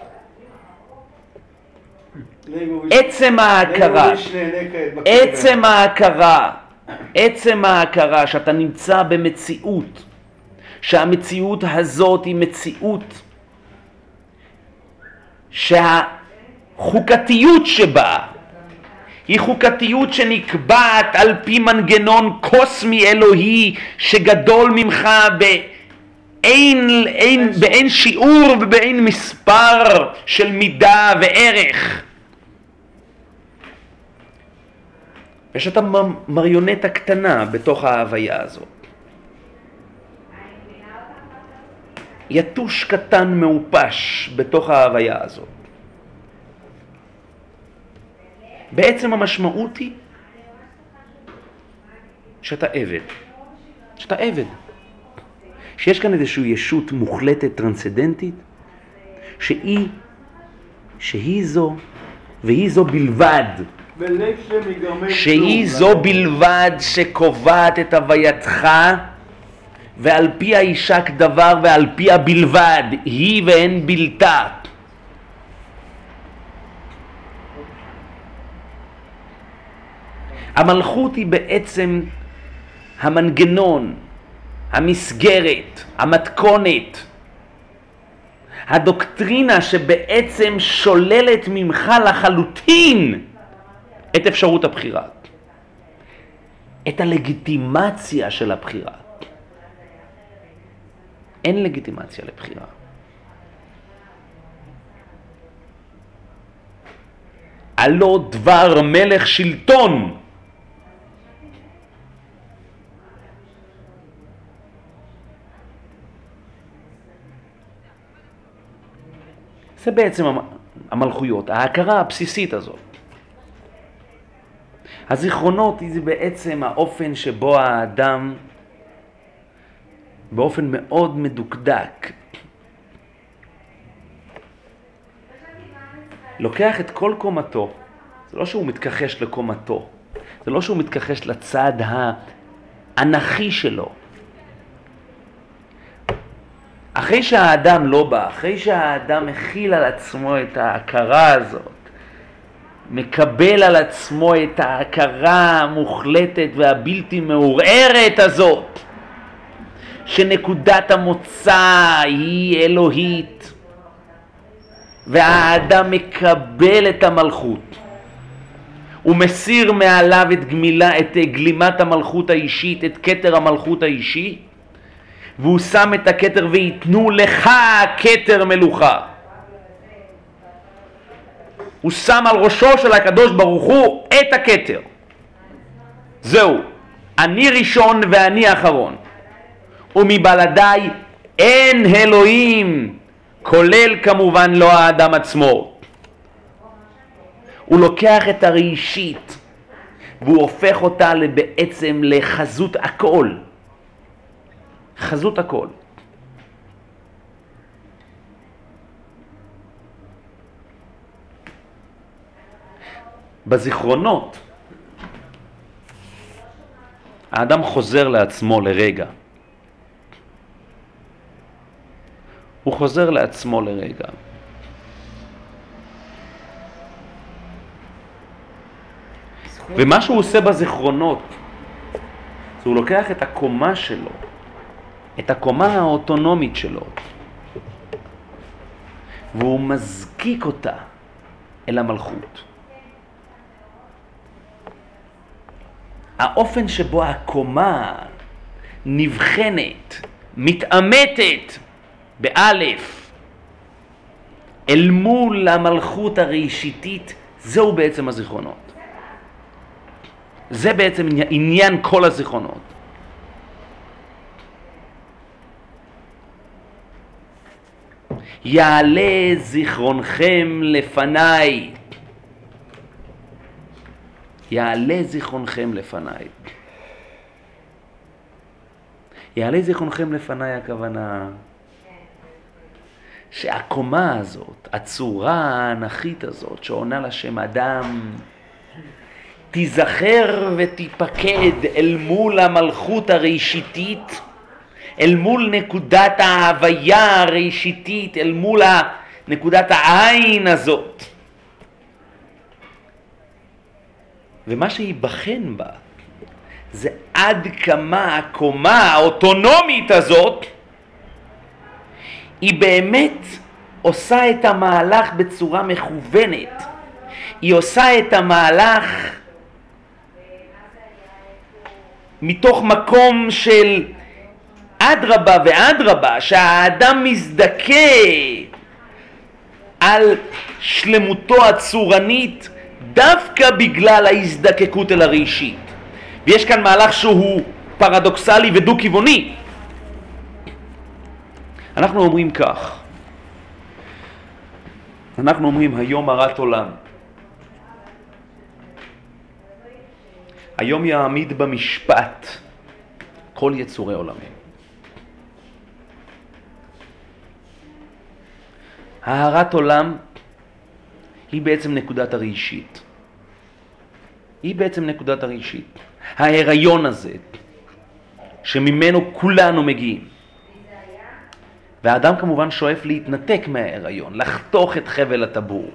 Speaker 1: עצם ההכרה, עצם ההכרה, עצם ההכרה שאתה נמצא במציאות, שהמציאות הזאת היא מציאות שהחוקתיות שבה היא חוקתיות שנקבעת על פי מנגנון קוסמי אלוהי שגדול ממך באין, אין, באין שיעור ובאין מספר של מידה וערך. ושאתה מריונטה קטנה בתוך ההוויה הזאת. יתוש קטן מעופש בתוך ההוויה הזאת. בעצם המשמעות היא שאתה עבד. שאתה עבד. שיש כאן איזושהי ישות מוחלטת טרנסצנדנטית, שהיא, שהיא זו, והיא זו בלבד. שהיא זו בלבד שקובעת את הווייתך, ועל פי האישה כדבר ועל פי הבלבד, היא ואין בלתה. המלכות היא בעצם המנגנון, המסגרת, המתכונת, הדוקטרינה שבעצם שוללת ממך לחלוטין את אפשרות הבחירה, את הלגיטימציה של הבחירה. אין לגיטימציה לבחירה. הלא דבר מלך שלטון. זה בעצם המלכויות, ההכרה הבסיסית הזאת. הזיכרונות זה בעצם האופן שבו האדם באופן מאוד מדוקדק. לוקח את כל קומתו, זה לא שהוא מתכחש לקומתו, זה לא שהוא מתכחש לצד האנכי שלו. אחרי שהאדם לא בא, אחרי שהאדם מכיל על עצמו את ההכרה הזאת, מקבל על עצמו את ההכרה המוחלטת והבלתי מעורערת הזאת, שנקודת המוצא היא אלוהית, והאדם מקבל את המלכות, הוא מסיר מעליו את גמילה, את גלימת המלכות האישית, את כתר המלכות האישי, והוא שם את הכתר ויתנו לך כתר מלוכה. הוא שם על ראשו של הקדוש ברוך הוא את הכתר. זהו, אני ראשון ואני אחרון. ומבלעדיי אין אלוהים, כולל כמובן לא האדם עצמו. הוא לוקח את הראשית והוא הופך אותה בעצם לחזות הכל. חזות הכל. בזיכרונות האדם חוזר לעצמו לרגע. הוא חוזר לעצמו לרגע. ומה שהוא עושה בזיכרונות, זה הוא לוקח את הקומה שלו, את הקומה האוטונומית שלו, והוא מזקיק אותה אל המלכות. האופן שבו הקומה נבחנת, מתאמתת באלף, אל מול המלכות הראשיתית, זהו בעצם הזיכרונות. זה בעצם עניין כל הזיכרונות. יעלה זיכרונכם לפניי. יעלה זיכרונכם לפניי. יעלה זיכרונכם לפניי הכוונה שהקומה הזאת, הצורה האנכית הזאת שעונה לשם אדם, תיזכר ותיפקד אל מול המלכות הראשיתית, אל מול נקודת ההוויה הראשיתית, אל מול נקודת העין הזאת. ומה שיבחן בה זה עד כמה הקומה האוטונומית הזאת היא באמת עושה את המהלך בצורה מכוונת. היא עושה את המהלך מתוך מקום של אדרבה ואדרבה, שהאדם מזדכה על שלמותו הצורנית דווקא בגלל ההזדקקות אל הראשית. ויש כאן מהלך שהוא פרדוקסלי ודו-כיווני. אנחנו אומרים כך, אנחנו אומרים היום הרת עולם, היום יעמיד במשפט כל יצורי עולמים. ההרת עולם היא בעצם נקודת הראשית. היא בעצם נקודת הראשית. ההיריון הזה שממנו כולנו מגיעים. והאדם כמובן שואף להתנתק מההיריון, לחתוך את חבל הטבור.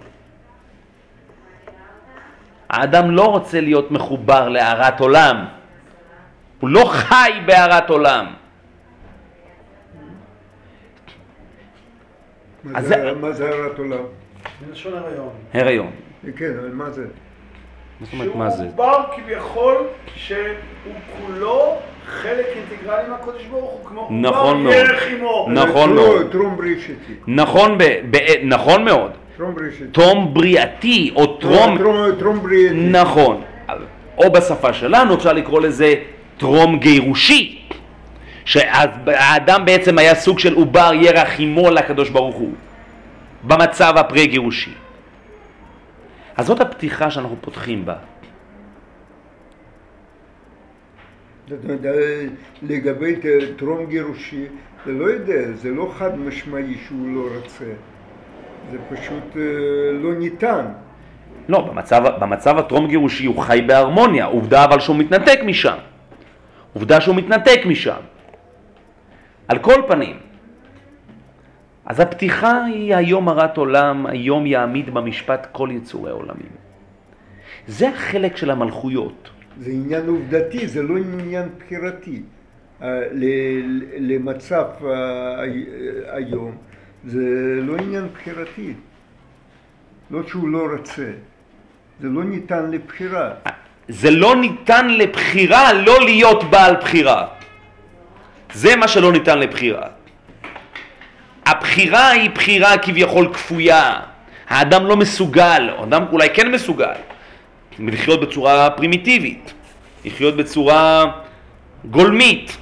Speaker 1: האדם לא רוצה להיות מחובר להרת עולם. הוא לא חי בהרת עולם.
Speaker 3: מה זה הרת עולם?
Speaker 2: מלשון הריון.
Speaker 1: הריון.
Speaker 3: כן, אבל מה זה?
Speaker 1: מה זאת אומרת מה זה?
Speaker 2: שהוא בר כביכול שהוא כולו חלק אינטגרלי מהקודש ברוך הוא, כמו
Speaker 1: נכון
Speaker 2: בר
Speaker 1: מאוד.
Speaker 2: ירך עמו.
Speaker 1: נכון מאוד.
Speaker 3: טרום ברישיתי.
Speaker 1: נכון, נכון מאוד.
Speaker 3: טרום ברישיתי.
Speaker 1: טרום בריאתי או טרום...
Speaker 3: טרום בריאתי.
Speaker 1: נכון. או בשפה שלנו אפשר לקרוא לזה טרום גירושי. שהאדם בעצם היה סוג של עובר ירח עמו לקדוש ברוך הוא. במצב הפרה גירושי. אז זאת הפתיחה שאנחנו פותחים בה.
Speaker 2: זאת אומרת, לגבי טרום גירושי, זה לא יודע, זה לא חד משמעי שהוא לא רוצה. זה פשוט לא ניתן.
Speaker 1: לא, במצב, במצב הטרום גירושי הוא חי בהרמוניה, עובדה אבל שהוא מתנתק משם. עובדה שהוא מתנתק משם. על כל פנים. אז הפתיחה היא היום הרת עולם, היום יעמיד במשפט כל יצורי עולמים. זה החלק של המלכויות.
Speaker 2: זה עניין עובדתי, זה לא עניין בחירתי. למצב היום, זה לא עניין בחירתי. לא שהוא לא רוצה. זה לא ניתן לבחירה.
Speaker 1: זה לא ניתן לבחירה לא להיות בעל בחירה. זה מה שלא ניתן לבחירה. הבחירה היא בחירה כביכול כפויה. האדם לא מסוגל, האדם אולי כן מסוגל, לחיות בצורה פרימיטיבית, לחיות בצורה גולמית.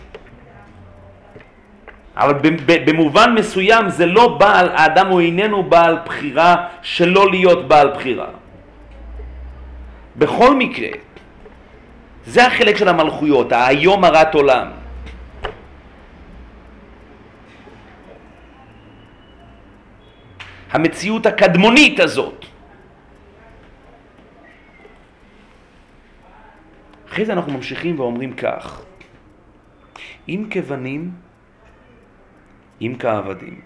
Speaker 1: אבל במובן מסוים זה לא בעל, האדם הוא איננו בעל בחירה שלא להיות בעל בחירה. בכל מקרה, זה החלק של המלכויות, היום הרת עולם. המציאות הקדמונית הזאת. אחרי זה אנחנו ממשיכים ואומרים כך: אם כבנים, אם כעבדים.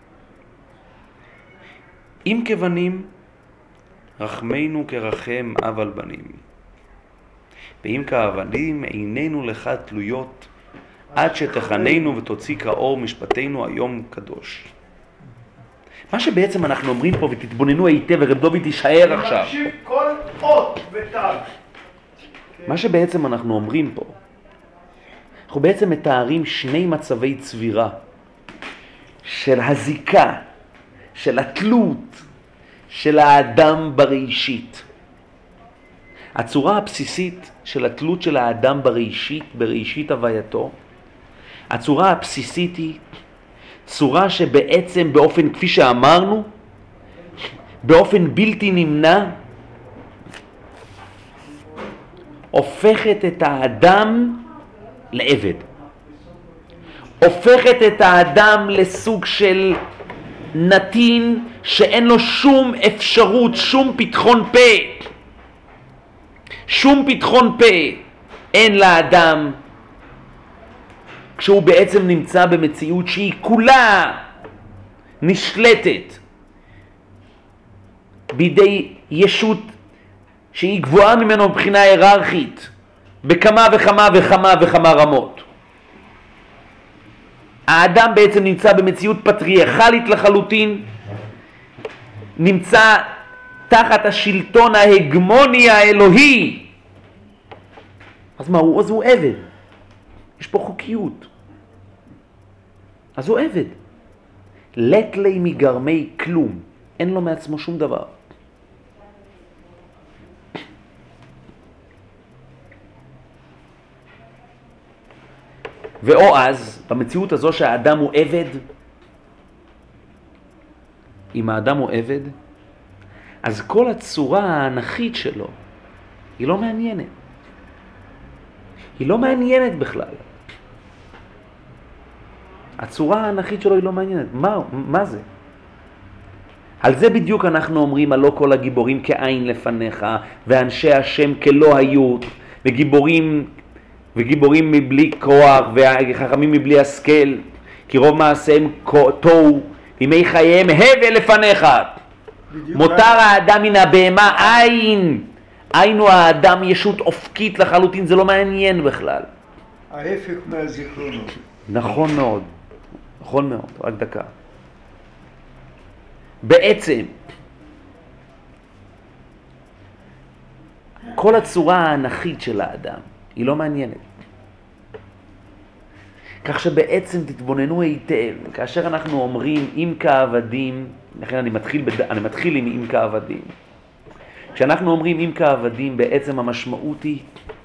Speaker 1: אם כבנים, רחמנו כרחם אב על בנים. ואם כעבדים, עינינו לך תלויות, עד שתחננו ותוציא כאור משפטנו היום קדוש. מה שבעצם אנחנו אומרים פה, ותתבוננו היטב, ורב דוד תישאר עכשיו.
Speaker 2: מקשיב כל אות ותו.
Speaker 1: מה שבעצם אנחנו אומרים פה, אנחנו בעצם מתארים שני מצבי צבירה של הזיקה, של התלות, של האדם בראשית. הצורה הבסיסית של התלות של האדם בראשית, בראשית הווייתו, הצורה הבסיסית היא צורה שבעצם באופן, כפי שאמרנו, באופן בלתי נמנע, הופכת את האדם לעבד. הופכת את האדם לסוג של נתין שאין לו שום אפשרות, שום פתחון פה. שום פתחון פה אין לאדם כשהוא בעצם נמצא במציאות שהיא כולה נשלטת בידי ישות שהיא גבוהה ממנו מבחינה היררכית בכמה וכמה וכמה וכמה רמות. האדם בעצם נמצא במציאות פטריארכלית לחלוטין, נמצא תחת השלטון ההגמוני האלוהי. אז מה הוא? אז הוא עבד. יש פה חוקיות. אז הוא עבד. לט לי מגרמי כלום. אין לו מעצמו שום דבר. ואו אז, במציאות הזו שהאדם הוא עבד, אם האדם הוא עבד, אז כל הצורה האנכית שלו היא לא מעניינת. היא לא מעניינת בכלל. הצורה האנכית שלו היא לא מעניינת. מה, מה זה? על זה בדיוק אנחנו אומרים, הלא כל הגיבורים כעין לפניך, ואנשי השם כלא היו, וגיבורים, וגיבורים מבלי כוח, וחכמים מבלי השכל, כי רוב מעשיהם תוהו, ימי חייהם הבל לפניך. מותר האדם מן הבהמה עין. עין הוא האדם ישות אופקית לחלוטין, זה לא מעניין בכלל.
Speaker 2: ההפך מהזיכרונות.
Speaker 1: נכון מאוד, נכון מאוד, רק דקה. בעצם, כל הצורה האנכית של האדם היא לא מעניינת. כך שבעצם תתבוננו היטב, כאשר אנחנו אומרים אם כעבדים, לכן אני מתחיל, בד... אני מתחיל עם אם כעבדים. כשאנחנו אומרים אם כעבדים, בעצם המשמעות היא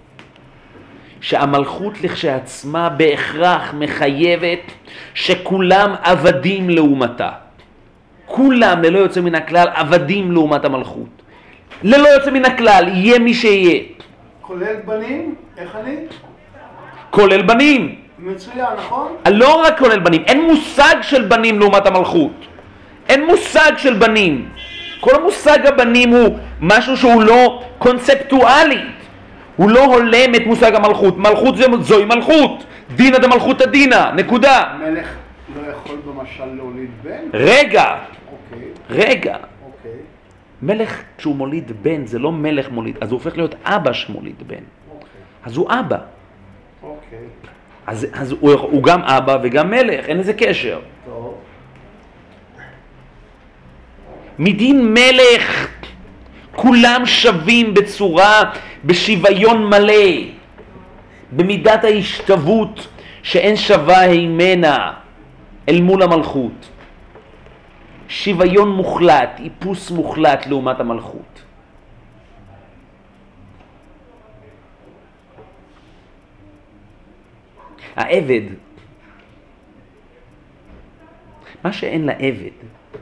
Speaker 1: שהמלכות לכשעצמה בהכרח מחייבת שכולם עבדים לעומתה. כולם ללא יוצא מן הכלל עבדים לעומת המלכות. ללא יוצא מן הכלל, יהיה מי שיהיה.
Speaker 2: כולל בנים? איך אני?
Speaker 1: כולל בנים.
Speaker 2: מצוין, נכון?
Speaker 1: לא רק כולל בנים, אין מושג של בנים לעומת המלכות. אין מושג של בנים. כל המושג הבנים הוא משהו שהוא לא קונספטואלי. הוא לא הולם את מושג המלכות. מלכות זה, זוהי מלכות. דינא דמלכותא דינא, נקודה.
Speaker 2: מלך לא יכול במשל להוליד בן?
Speaker 1: רגע,
Speaker 2: אוקיי,
Speaker 1: רגע.
Speaker 2: אוקיי.
Speaker 1: מלך כשהוא מוליד בן זה לא מלך מוליד, אז הוא הופך להיות אבא שמוליד בן.
Speaker 2: אוקיי,
Speaker 1: אז הוא אבא.
Speaker 2: אוקיי.
Speaker 1: אז, אז הוא, הוא גם אבא וגם מלך, אין איזה קשר.
Speaker 2: טוב.
Speaker 1: מדין מלך כולם שווים בצורה, בשוויון מלא, במידת ההשתוות שאין שווה הימנה אל מול המלכות. שוויון מוחלט, איפוס מוחלט לעומת המלכות. העבד, מה שאין לעבד,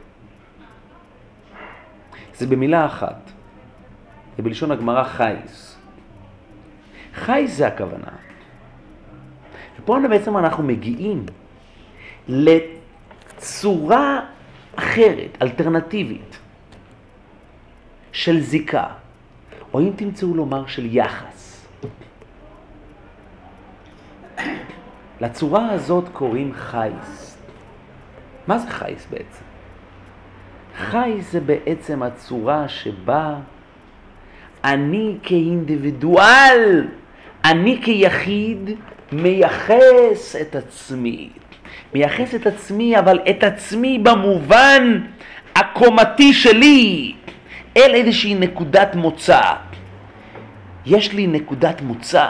Speaker 1: זה במילה אחת, זה בלשון הגמרא חייס. חייס זה הכוונה. ופה בעצם אנחנו מגיעים לצורה אחרת, אלטרנטיבית, של זיקה, או אם תמצאו לומר של יחס. לצורה הזאת קוראים חייס. מה זה חייס בעצם? חייס זה בעצם הצורה שבה אני כאינדיבידואל, אני כיחיד, מייחס את עצמי. מייחס את עצמי, אבל את עצמי במובן הקומתי שלי, אל איזושהי נקודת מוצא. יש לי נקודת מוצא.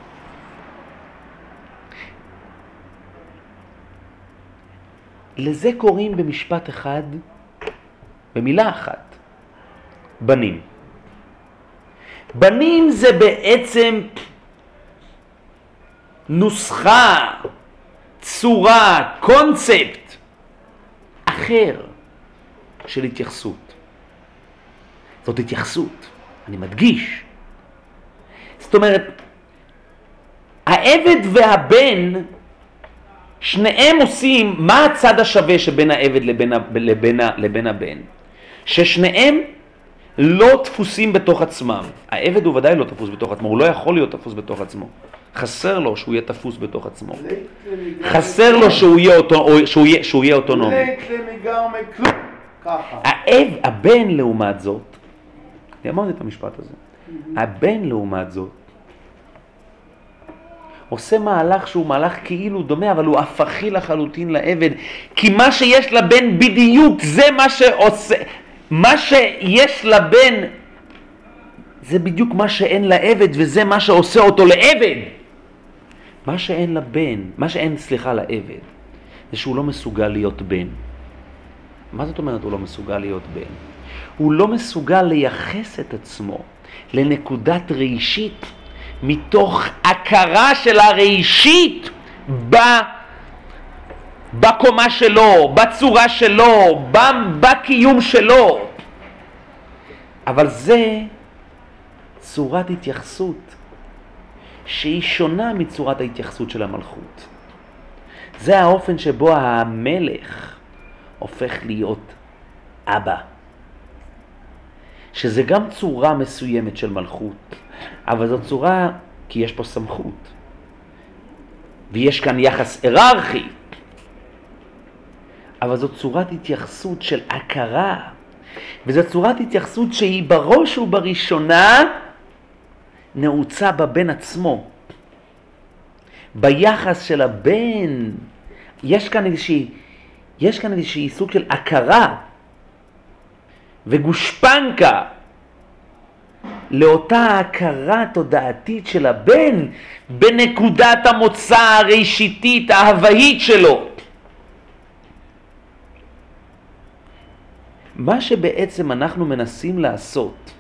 Speaker 1: לזה קוראים במשפט אחד, במילה אחת, בנים. בנים זה בעצם נוסחה, צורה, קונספט אחר של התייחסות. זאת התייחסות, אני מדגיש. זאת אומרת, העבד והבן, שניהם עושים, מה הצד השווה שבין העבד לבין, לבין, לבין הבן? ששניהם לא תפוסים בתוך עצמם. העבד הוא ודאי לא תפוס בתוך עצמו, הוא לא יכול להיות תפוס בתוך עצמו. חסר לו שהוא יהיה תפוס בתוך עצמו. חסר לו שהוא יהיה, אוטו, שהוא יהיה, שהוא יהיה אוטונומי. האב, הבן לעומת זאת, אני אמרתי את המשפט הזה, הבן לעומת זאת, עושה מהלך שהוא מהלך כאילו דומה, אבל הוא הפכי לחלוטין לעבד, כי מה שיש לבן בדיוק זה מה שעושה, מה שיש לבן זה בדיוק מה שאין לעבד, וזה מה שעושה אותו לעבד. מה שאין לבן, מה שאין, סליחה, לעבד, זה שהוא לא מסוגל להיות בן. מה זאת אומרת הוא לא מסוגל להיות בן? הוא לא מסוגל לייחס את עצמו לנקודת ראשית, מתוך הכרה של הראשית בקומה שלו, בצורה שלו, בקיום שלו. אבל זה צורת התייחסות שהיא שונה מצורת ההתייחסות של המלכות. זה האופן שבו המלך הופך להיות אבא. שזה גם צורה מסוימת של מלכות, אבל זו צורה כי יש פה סמכות. ויש כאן יחס היררכי. אבל זו צורת התייחסות של הכרה. וזו צורת התייחסות שהיא בראש ובראשונה נעוצה בבן עצמו. ביחס של הבן. יש כאן איזושהי, יש כאן איזושהי סוג של הכרה וגושפנקה לאותה הכרה תודעתית של הבן בנקודת המוצא הראשיתית, ההוואית שלו. מה שבעצם אנחנו מנסים לעשות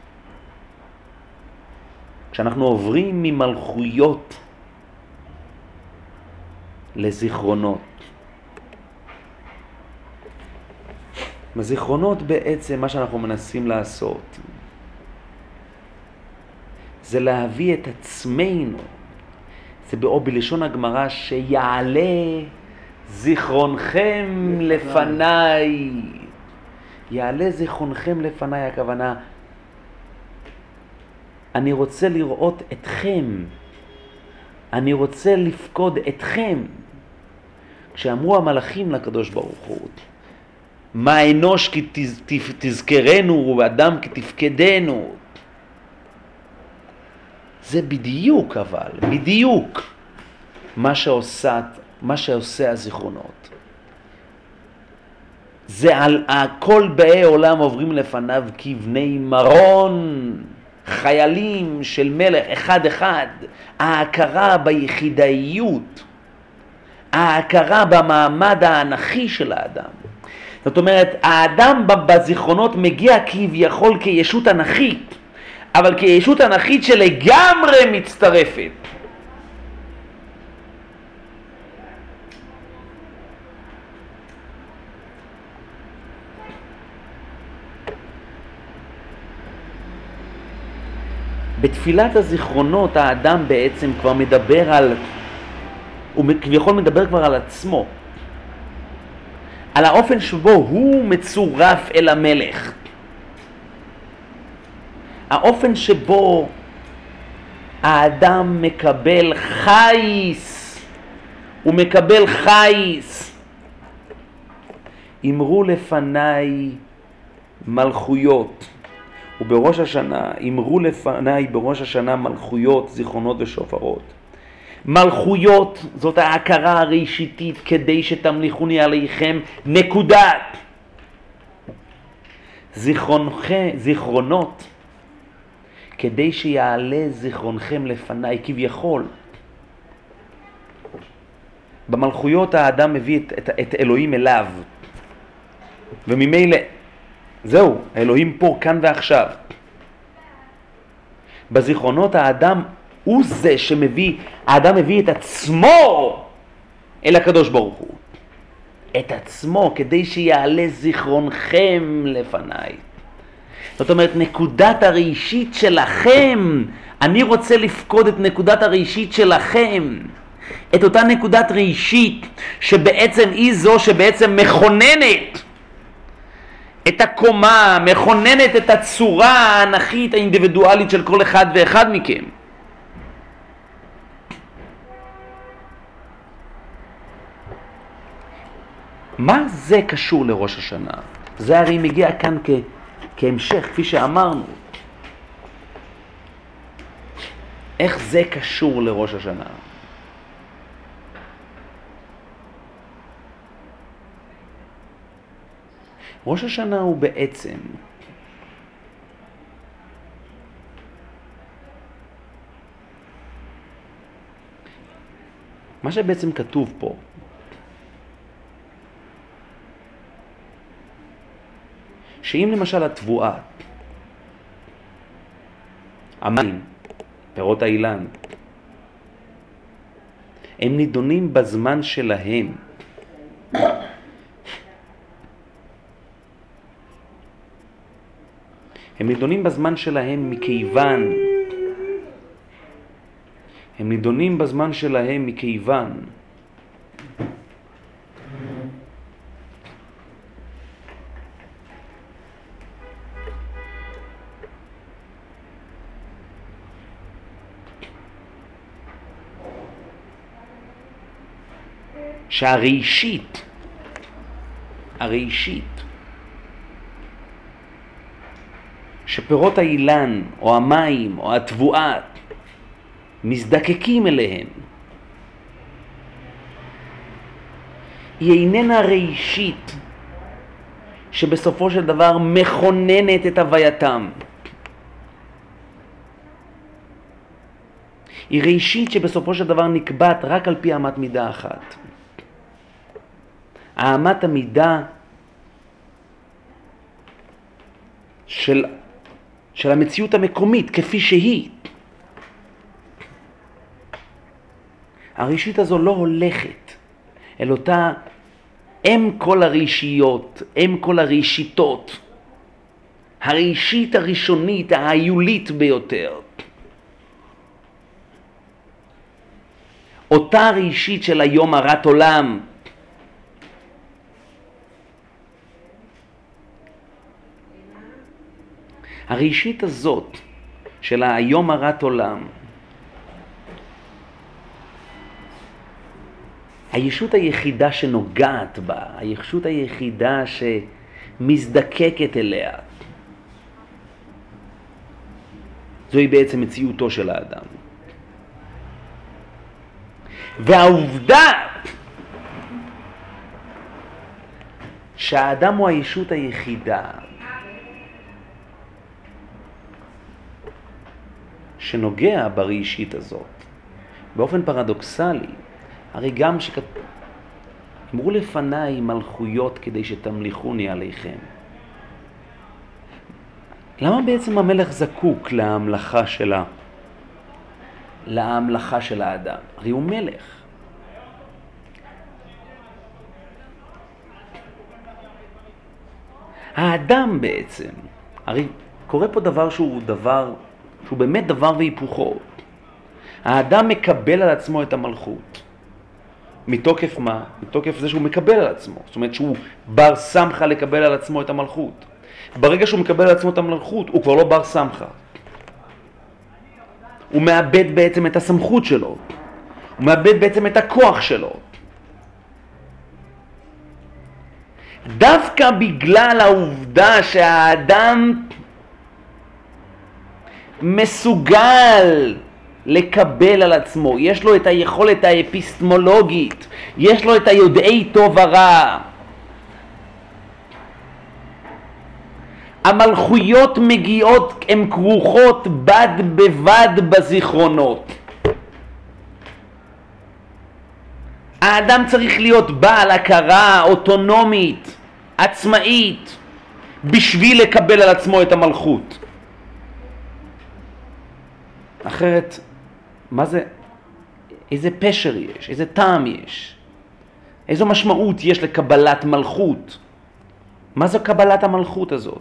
Speaker 1: כשאנחנו עוברים ממלכויות לזיכרונות. בזיכרונות בעצם מה שאנחנו מנסים לעשות זה להביא את עצמנו, זה באו בלשון הגמרא שיעלה זיכרונכם לפניי. יעלה זיכרונכם לפניי, הכוונה, אני רוצה לראות אתכם, אני רוצה לפקוד אתכם. כשאמרו המלאכים לקדוש ברוך הוא, מה אנוש כי תז, תזכרנו ואדם כי תפקדנו, זה בדיוק, אבל בדיוק מה שעושה, מה שעושה הזיכרונות. זה על כל באי עולם עוברים לפניו כבני מרון, חיילים של מלך אחד אחד. ההכרה ביחידאיות, ההכרה במעמד האנכי של האדם. זאת אומרת, האדם בזיכרונות מגיע כביכול כישות אנכית, אבל כישות אנכית שלגמרי מצטרפת. בתפילת הזיכרונות האדם בעצם כבר מדבר על, הוא כביכול מדבר כבר על עצמו, על האופן שבו הוא מצורף אל המלך, האופן שבו האדם מקבל חייס, הוא מקבל חייס. אמרו לפניי מלכויות, ובראש השנה, אמרו לפניי בראש השנה מלכויות, זיכרונות ושופרות. מלכויות זאת ההכרה הראשיתית, כדי שתמליכוני עליכם, נקודה. זיכרונכם, זיכרונות, כדי שיעלה זיכרונכם לפניי, כביכול. במלכויות האדם מביא את, את, את אלוהים אליו, וממילא זהו, האלוהים פה, כאן ועכשיו. בזיכרונות האדם הוא זה שמביא, האדם מביא את עצמו אל הקדוש ברוך הוא. את עצמו, כדי שיעלה זיכרונכם לפניי. זאת אומרת, נקודת הראשית שלכם, אני רוצה לפקוד את נקודת הראשית שלכם. את אותה נקודת ראשית שבעצם היא זו שבעצם מכוננת את הקומה, מכוננת את הצורה האנכית האינדיבידואלית של כל אחד ואחד מכם. מה זה קשור לראש השנה? זה הרי מגיע כאן כ... כהמשך, כפי שאמרנו. איך זה קשור לראש השנה? ראש השנה הוא בעצם מה שבעצם כתוב פה, שאם למשל התבואה, המים, פירות האילן, הם נידונים בזמן שלהם, הם נידונים בזמן שלהם מכיוון, הם נידונים בזמן שלהם מכיוון שהראשית, הראשית, שפירות האילן או המים או התבואה מזדקקים אליהם, היא איננה ראשית שבסופו של דבר מכוננת את הווייתם. היא ראשית שבסופו של דבר נקבעת רק על פי אמת מידה אחת. האמת המידה של, של המציאות המקומית כפי שהיא. הראשית הזו לא הולכת אל אותה אם כל הראשיות, אם כל הראשיתות, הראשית הראשונית, ההיולית ביותר. אותה ראשית של היום הרת עולם. הראשית הזאת של היום הרת עולם, הישות היחידה שנוגעת בה, הישות היחידה שמזדקקת אליה, זוהי בעצם מציאותו של האדם. והעובדה שהאדם הוא הישות היחידה שנוגע בראשית הזאת, באופן פרדוקסלי, הרי גם שאמרו לפניי מלכויות כדי שתמליכוני עליכם. למה בעצם המלך זקוק להמלכה שלה? להמלכה של האדם? הרי הוא מלך. האדם בעצם, הרי קורה פה דבר שהוא דבר, שהוא באמת דבר והיפוכו. האדם מקבל על עצמו את המלכות. מתוקף מה? מתוקף זה שהוא מקבל על עצמו. זאת אומרת שהוא בר סמכה לקבל על עצמו את המלכות. ברגע שהוא מקבל על עצמו את המלכות, הוא כבר לא בר סמכה. הוא מאבד בעצם את הסמכות שלו. הוא מאבד בעצם את הכוח שלו. דווקא בגלל העובדה שהאדם מסוגל לקבל על עצמו, יש לו את היכולת האפיסטמולוגית, יש לו את היודעי טוב ורע. המלכויות מגיעות, הן כרוכות בד בבד בזיכרונות. האדם צריך להיות בעל הכרה אוטונומית, עצמאית, בשביל לקבל על עצמו את המלכות. אחרת, מה זה, איזה פשר יש, איזה טעם יש, איזו משמעות יש לקבלת מלכות? מה זו קבלת המלכות הזאת?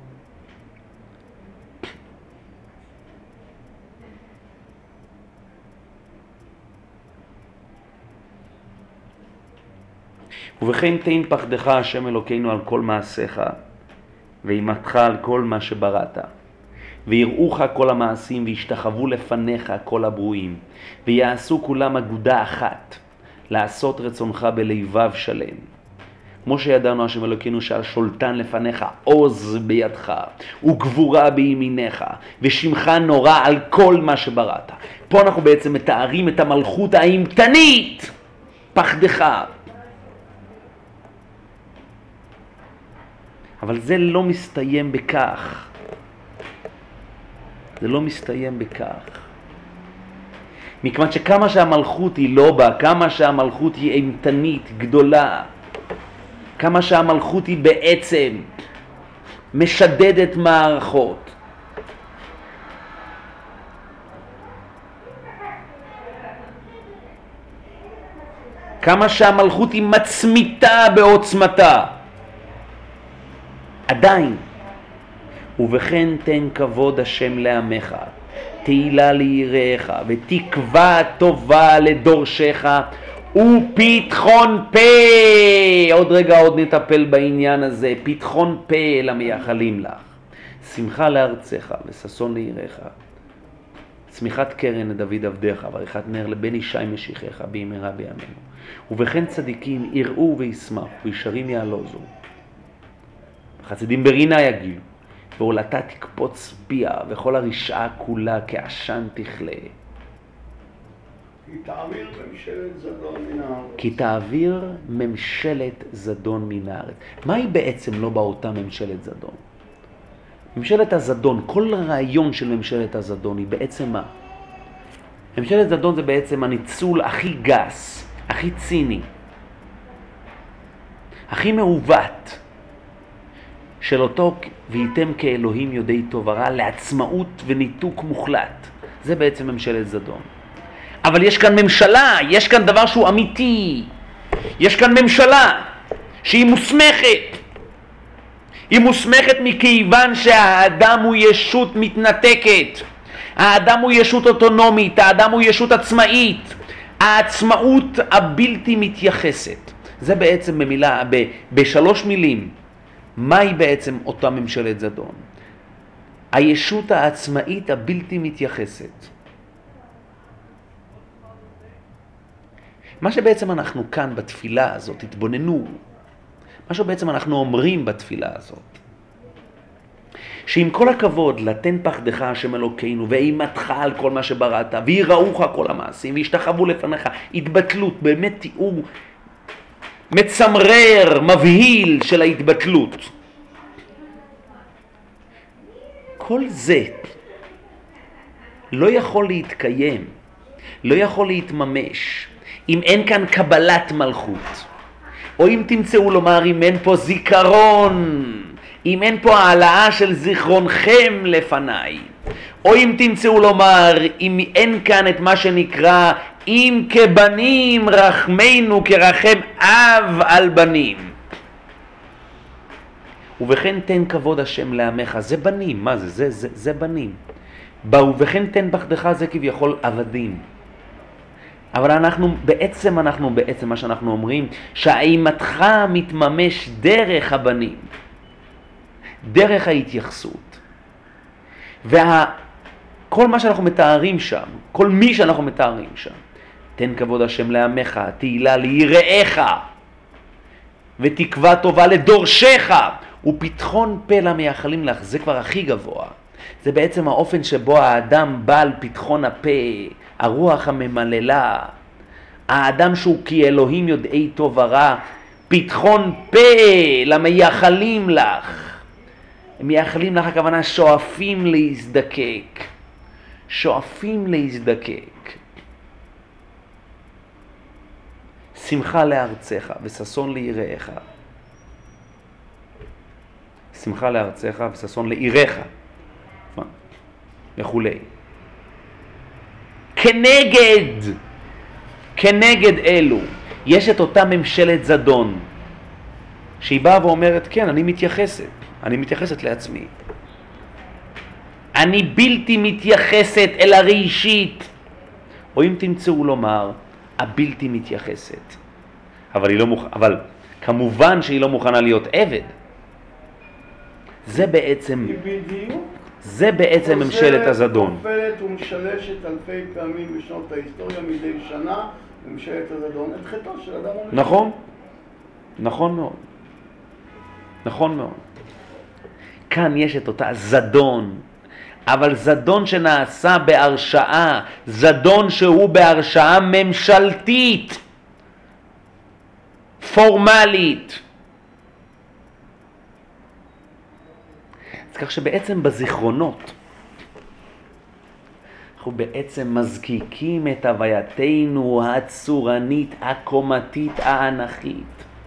Speaker 1: ובכן תן פחדך השם אלוקינו על כל מעשיך, ואימתך על כל מה שבראת. ויראוך כל המעשים, וישתחוו לפניך כל הברואים, ויעשו כולם אגודה אחת, לעשות רצונך בלבב שלם. כמו שידענו השם אלוקינו שעל שולטן לפניך עוז בידך, וגבורה בימינך, ושמך נורא על כל מה שבראת. פה אנחנו בעצם מתארים את המלכות האימתנית, פחדך. אבל זה לא מסתיים בכך. זה לא מסתיים בכך. מכיוון שכמה שהמלכות היא לא בה, כמה שהמלכות היא אימתנית, גדולה, כמה שהמלכות היא בעצם משדדת מערכות, כמה שהמלכות היא מצמיתה בעוצמתה, עדיין, ובכן תן כבוד השם לעמך, תהילה ליראיך, ותקווה טובה לדורשך, ופתחון פה. עוד רגע עוד נטפל בעניין הזה. פתחון פה למייחלים לך, שמחה לארצך וששון ליראיך, צמיחת קרן לדוד עבדיך, ועריכת נר לבן ישי משיחך במהרה בימינו. ובכן צדיקים יראו וישמחו, וישרים יעלוזו, חסידים ברינה יגיעו, ועולתה תקפוץ פיה, וכל הרשעה כולה כעשן תכלה.
Speaker 2: כי תעביר ממשלת זדון מן הארץ.
Speaker 1: כי תעביר ממשלת זדון מן הארץ. מהי בעצם לא באותה ממשלת זדון? ממשלת הזדון, כל הרעיון של ממשלת הזדון היא בעצם מה? ממשלת זדון זה בעצם הניצול הכי גס, הכי ציני, הכי מעוות של אותו וייתם כאלוהים יודעי טוב ורע לעצמאות וניתוק מוחלט. זה בעצם ממשלת זדון. אבל יש כאן ממשלה, יש כאן דבר שהוא אמיתי. יש כאן ממשלה שהיא מוסמכת. היא מוסמכת מכיוון שהאדם הוא ישות מתנתקת. האדם הוא ישות אוטונומית, האדם הוא ישות עצמאית. העצמאות הבלתי מתייחסת. זה בעצם במילה, ב, בשלוש מילים. מהי בעצם אותה ממשלת זדון? הישות העצמאית הבלתי מתייחסת. מה שבעצם אנחנו כאן בתפילה הזאת, התבוננו, מה שבעצם אנחנו אומרים בתפילה הזאת, שעם כל הכבוד, לתן פחדך השם אלוקינו, ואימתך על כל מה שבראת, ויראוך כל המעשים, וישתחוו לפניך, התבטלות, באמת תיאור מצמרר, מבהיל של ההתבטלות. כל זה לא יכול להתקיים, לא יכול להתממש, אם אין כאן קבלת מלכות, או אם תמצאו לומר, אם אין פה זיכרון, אם אין פה העלאה של זיכרונכם לפניי, או אם תמצאו לומר, אם אין כאן את מה שנקרא, אם כבנים רחמנו כרחם אב על בנים. ובכן תן כבוד השם לעמך, זה בנים, מה זה? זה, זה, זה בנים. ובכן תן פחדך, זה כביכול עבדים. אבל אנחנו, בעצם אנחנו, בעצם מה שאנחנו אומרים, שהאימתך מתממש דרך הבנים, דרך ההתייחסות. וכל מה שאנחנו מתארים שם, כל מי שאנחנו מתארים שם, תן כבוד השם לעמך, תהילה ליראיך, ותקווה טובה לדורשך, ופתחון פה למייחלים לך, זה כבר הכי גבוה. זה בעצם האופן שבו האדם בעל פתחון הפה, הרוח הממללה, האדם שהוא כי אלוהים יודעי טוב ורע, פתחון פה למייחלים לך. הם מייחלים לך, הכוונה שואפים להזדקק, שואפים להזדקק. שמחה לארצך וששון ליראיך. שמחה לארצך וששון לעיריך. וכולי. כנגד, כנגד אלו, יש את אותה ממשלת זדון, שהיא באה ואומרת, כן, אני מתייחסת, אני מתייחסת לעצמי. אני בלתי מתייחסת אל הראשית, או אם תמצאו לומר, הבלתי מתייחסת. אבל, היא לא מוכ... אבל כמובן שהיא לא מוכנה להיות עבד. זה בעצם, זה בעצם ממשלת הזדון.
Speaker 2: חופרת ומשלשת אלפי פעמים בשנות ההיסטוריה מדי שנה, ממשלת הזדון, את חטאו של אדם הראשון.
Speaker 1: נכון, נכון מאוד. נכון מאוד. כאן יש את אותה זדון, אבל זדון שנעשה בהרשאה, זדון שהוא בהרשאה ממשלתית, פורמלית. אז כך שבעצם בזיכרונות, אנחנו בעצם מזקיקים את הווייתנו הצורנית, הקומתית, האנכית.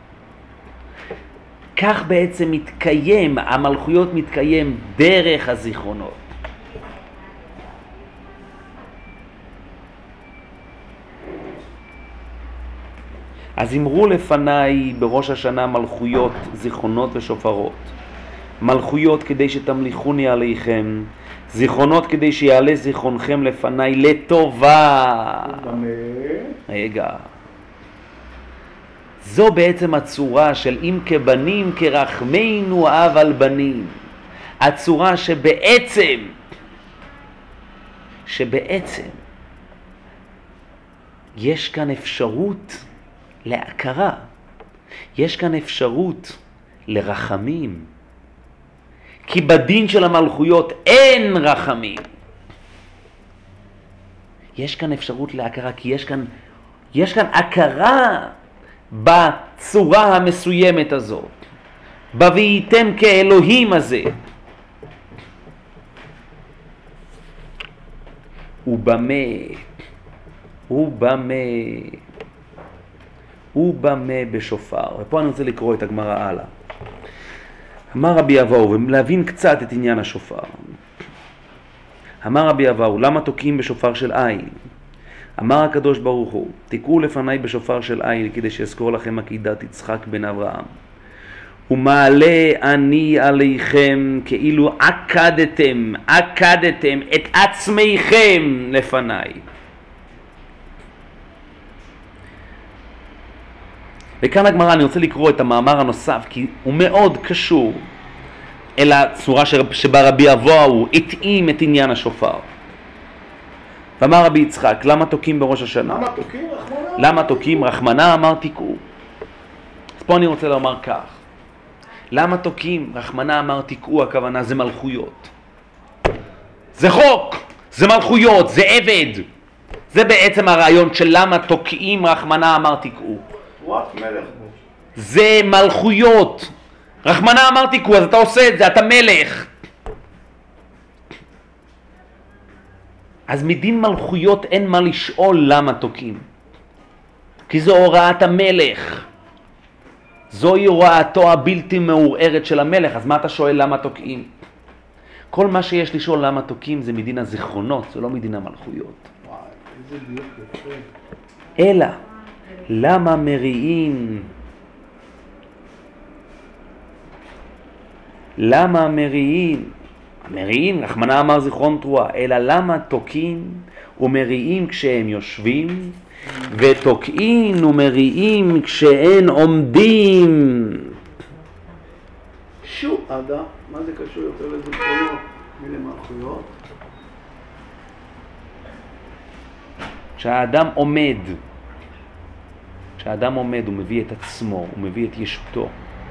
Speaker 1: כך בעצם מתקיים, המלכויות מתקיים דרך הזיכרונות. אז אמרו לפניי בראש השנה מלכויות, זיכרונות ושופרות. מלכויות כדי שתמליכוני עליכם, זיכרונות כדי שיעלה זיכרונכם לפניי לטובה. רגע. זו בעצם הצורה של אם כבנים כרחמנו אב על בנים. הצורה שבעצם, שבעצם יש כאן אפשרות להכרה. יש כאן אפשרות לרחמים. כי בדין של המלכויות אין רחמים. יש כאן אפשרות להכרה, כי יש כאן, יש כאן הכרה בצורה המסוימת הזאת. ב"והייתם כאלוהים" הזה. ובמה, ובמה, ובמה בשופר. ופה אני רוצה לקרוא את הגמרא הלאה. אמר רבי אבאו, ולהבין קצת את עניין השופר. אמר רבי אבאו, למה תוקעים בשופר של עין? אמר הקדוש ברוך הוא, תקעו לפניי בשופר של עין, כדי שאזכור לכם עקידת יצחק בן אברהם. ומעלה אני עליכם כאילו עקדתם, עקדתם את עצמכם לפניי. וכאן הגמרא, אני רוצה לקרוא את המאמר הנוסף, כי הוא מאוד קשור אל הצורה שבה רבי אבוהו התאים את עניין השופר. ואמר רבי יצחק, למה תוקים בראש השנה?
Speaker 2: למה תוקים? רחמנה?
Speaker 1: למה תוקים? רחמנה אמר תיקעו. אז פה אני רוצה לומר כך. למה תוקים? רחמנה אמר תיקעו, הכוונה זה מלכויות. זה חוק, זה מלכויות, זה עבד. זה בעצם הרעיון של למה תוקעים, רחמנה אמר תיקעו.
Speaker 2: תרועת מלך בו.
Speaker 1: זה מלכויות. רחמנה אמר תיקעו, אז אתה עושה את זה, אתה מלך. אז מדין מלכויות אין מה לשאול למה תוקים. כי זו הוראת המלך. זוהי הוראתו הבלתי מעורערת של המלך, אז מה אתה שואל למה תוקעים? כל מה שיש לשאול למה תוקים זה מדין הזיכרונות, זה לא מדין המלכויות.
Speaker 2: וואי, איזה דיוק יפה.
Speaker 1: אלא, למה מריעים? למה מריעים? המריעים, רחמנה אמר זיכרון תרועה, אלא למה תוקעים ומריעים כשהם יושבים, ותוקעים ומריעים כשהם עומדים?
Speaker 2: שוב, אדם, מה זה קשור יותר לזיכרונות מלמלכויות?
Speaker 1: כשהאדם עומד, כשהאדם עומד הוא מביא את עצמו, הוא מביא את ישותו.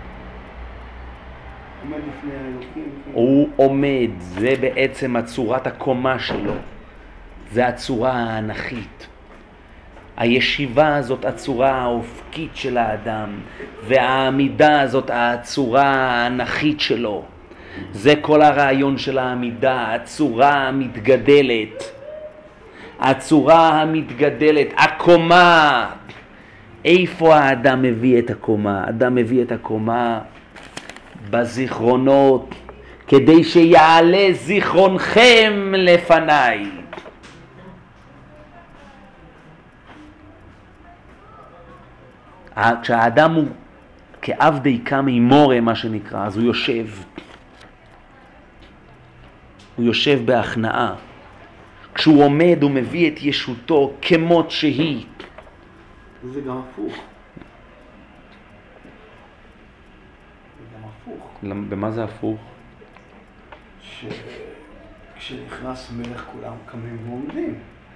Speaker 2: עומד לפני האלוקים.
Speaker 1: הוא עומד, זה בעצם הצורת הקומה שלו. זה הצורה האנכית. הישיבה הזאת הצורה האופקית של האדם, והעמידה הזאת הצורה האנכית שלו. זה כל הרעיון של העמידה, הצורה המתגדלת. הצורה המתגדלת, הקומה. איפה האדם מביא את הקומה? האדם מביא את הקומה בזיכרונות, כדי שיעלה זיכרונכם לפניי. כשהאדם הוא כעבדי קמי מורה, מה שנקרא, אז הוא יושב. הוא יושב בהכנעה. כשהוא עומד הוא מביא את ישותו כמות שהיא.
Speaker 2: זה גם הפוך. זה גם הפוך.
Speaker 1: במה זה הפוך?
Speaker 2: שכשנכנס מלך כולם קמים ועומדים.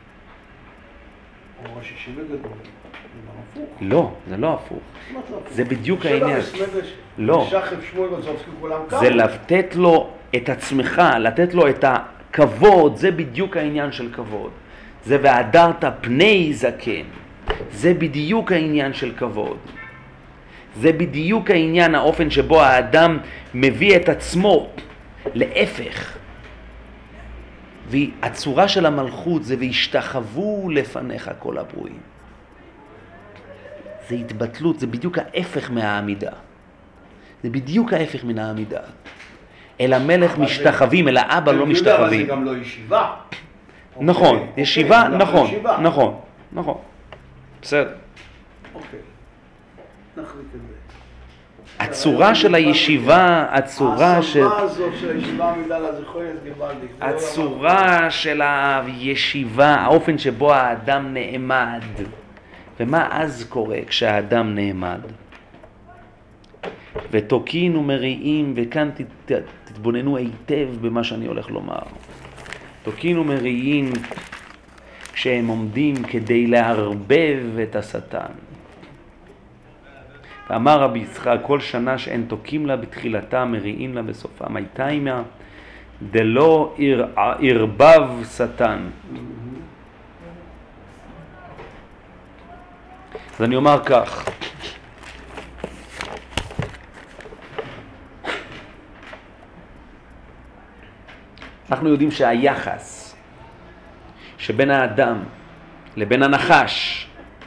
Speaker 2: או ראש ישיבה גדול. זה גם הפוך.
Speaker 1: לא, זה לא הפוך. זה בדיוק העניין. לא.
Speaker 2: שחף שמואל גולצובסקי כולם קמו.
Speaker 1: זה לתת לו את עצמך, לתת לו את הכבוד, זה בדיוק העניין של כבוד. זה והדרת פני זקן. זה בדיוק העניין של כבוד. זה בדיוק העניין, האופן שבו האדם מביא את עצמו להפך. והצורה של המלכות זה והשתחוו לפניך כל הברואים. זה התבטלות, זה בדיוק ההפך מהעמידה. זה בדיוק ההפך מן העמידה. אל המלך משתחווים, אל האבא לא משתחווים.
Speaker 2: אבל זה גם לא ישיבה.
Speaker 1: נכון, ישיבה, נכון, נכון, נכון. בסדר.
Speaker 2: אוקיי. נחליט את זה.
Speaker 1: הצורה של הישיבה, הצורה של...
Speaker 2: ההסבה הזאת של הישיבה עמידה לזכורת גבלדיק.
Speaker 1: הצורה של הישיבה, האופן שבו האדם נעמד. ומה אז קורה כשהאדם נעמד? ותוקין ומריעים, וכאן תת, תתבוננו היטב במה שאני הולך לומר. תוקין ומריעים כשהם עומדים כדי להרבב את השטן. ואמר רבי יצחק, כל שנה שאין תוקים לה בתחילתה, מריעים לה בסופה. מייתה עימה, דלא ירבב שטן. אז אני אומר כך. אנחנו יודעים שהיחס שבין האדם לבין הנחש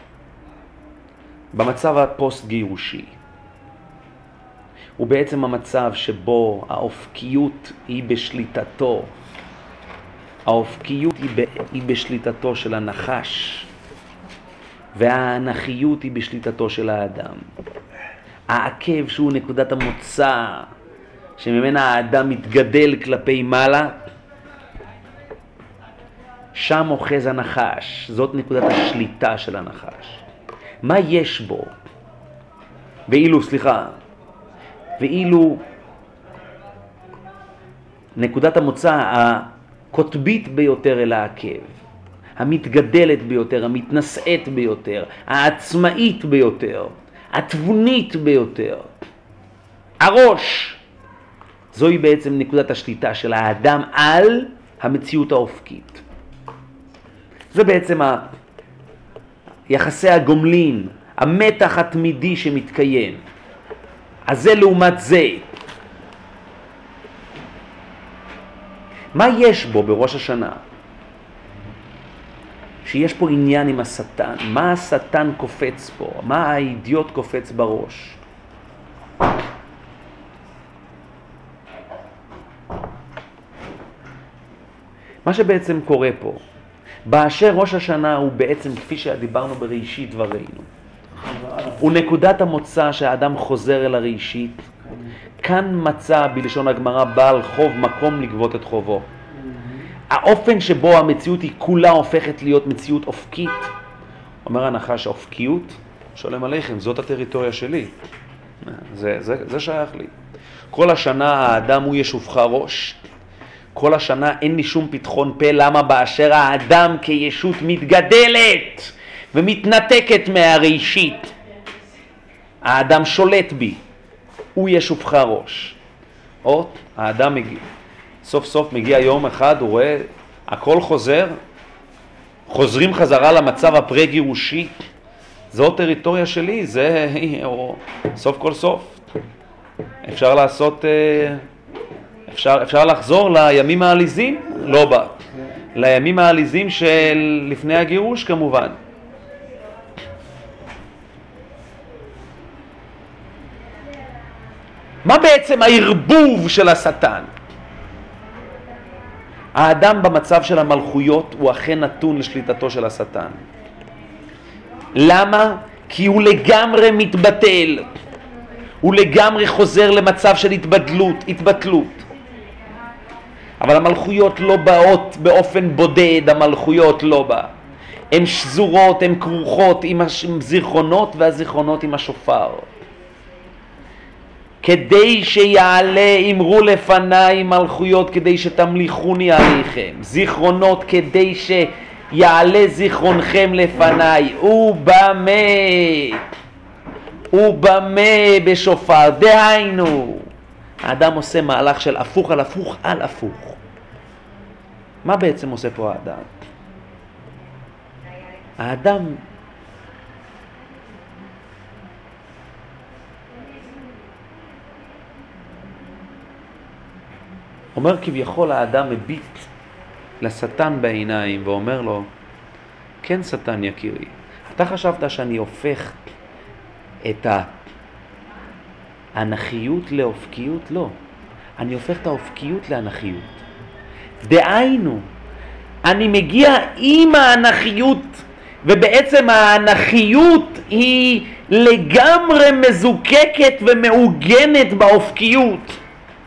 Speaker 1: במצב הפוסט גירושי הוא בעצם המצב שבו האופקיות היא בשליטתו. האופקיות היא, ב... היא בשליטתו של הנחש, והאנכיות היא בשליטתו של האדם. העקב שהוא נקודת המוצא שממנה האדם מתגדל כלפי מעלה, שם אוחז הנחש. זאת נקודת השליטה של הנחש. מה יש בו? ואילו, סליחה, ואילו נקודת המוצא הקוטבית ביותר אל העקב, המתגדלת ביותר, המתנשאת ביותר, העצמאית ביותר, התבונית ביותר, הראש, זוהי בעצם נקודת השליטה של האדם על המציאות האופקית. זה בעצם ה... יחסי הגומלין, המתח התמידי שמתקיים. אז זה לעומת זה. מה יש בו בראש השנה? שיש פה עניין עם השטן. מה השטן קופץ פה? מה האידיוט קופץ בראש? מה שבעצם קורה פה, באשר ראש השנה הוא בעצם, כפי שדיברנו בראשית דברינו, הוא נקודת המוצא שהאדם חוזר אל הראשית. כאן מצא בלשון הגמרא בעל חוב מקום לגבות את חובו. האופן שבו המציאות היא כולה הופכת להיות מציאות אופקית, אומר הנחש, האופקיות, שולם עליכם, זאת הטריטוריה שלי, זה, זה, זה שייך לי. כל השנה האדם הוא ישופך ראש, כל השנה אין לי שום פתחון פה. למה? באשר האדם כישות מתגדלת ומתנתקת מהראשית, האדם שולט בי, הוא ישופך ראש. או האדם מגיע, סוף סוף מגיע יום אחד, הוא רואה הכל חוזר, חוזרים חזרה למצב הפרה גירושי, זו טריטוריה שלי, זה או, סוף כל סוף אפשר לעשות, אפשר, אפשר לחזור לימים העליזים? לא בא. לימים העליזים של לפני הגירוש כמובן. מה בעצם הערבוב של השטן? האדם במצב של המלכויות הוא אכן נתון לשליטתו של השטן. למה? כי הוא לגמרי מתבטל. הוא לגמרי חוזר למצב של התבדלות, התבטלות. אבל המלכויות לא באות באופן בודד, המלכויות לא בא. הן שזורות, הן כרוכות עם הזיכרונות והזיכרונות עם השופר. כדי שיעלה אמרו לפניי מלכויות, כדי שתמליכוני עליכם. זיכרונות כדי שיעלה זיכרונכם לפניי. ובמה? ובמה בשופר? דהיינו, האדם עושה מהלך של הפוך על הפוך על הפוך. מה בעצם עושה פה האדם? האדם אומר כביכול, האדם מביט לשטן בעיניים ואומר לו, כן שטן יקירי, אתה חשבת שאני הופך את האנכיות לאופקיות? לא. אני הופך את האופקיות לאנכיות. דהיינו, אני מגיע עם האנכיות, ובעצם האנכיות היא לגמרי מזוקקת ומעוגנת באופקיות.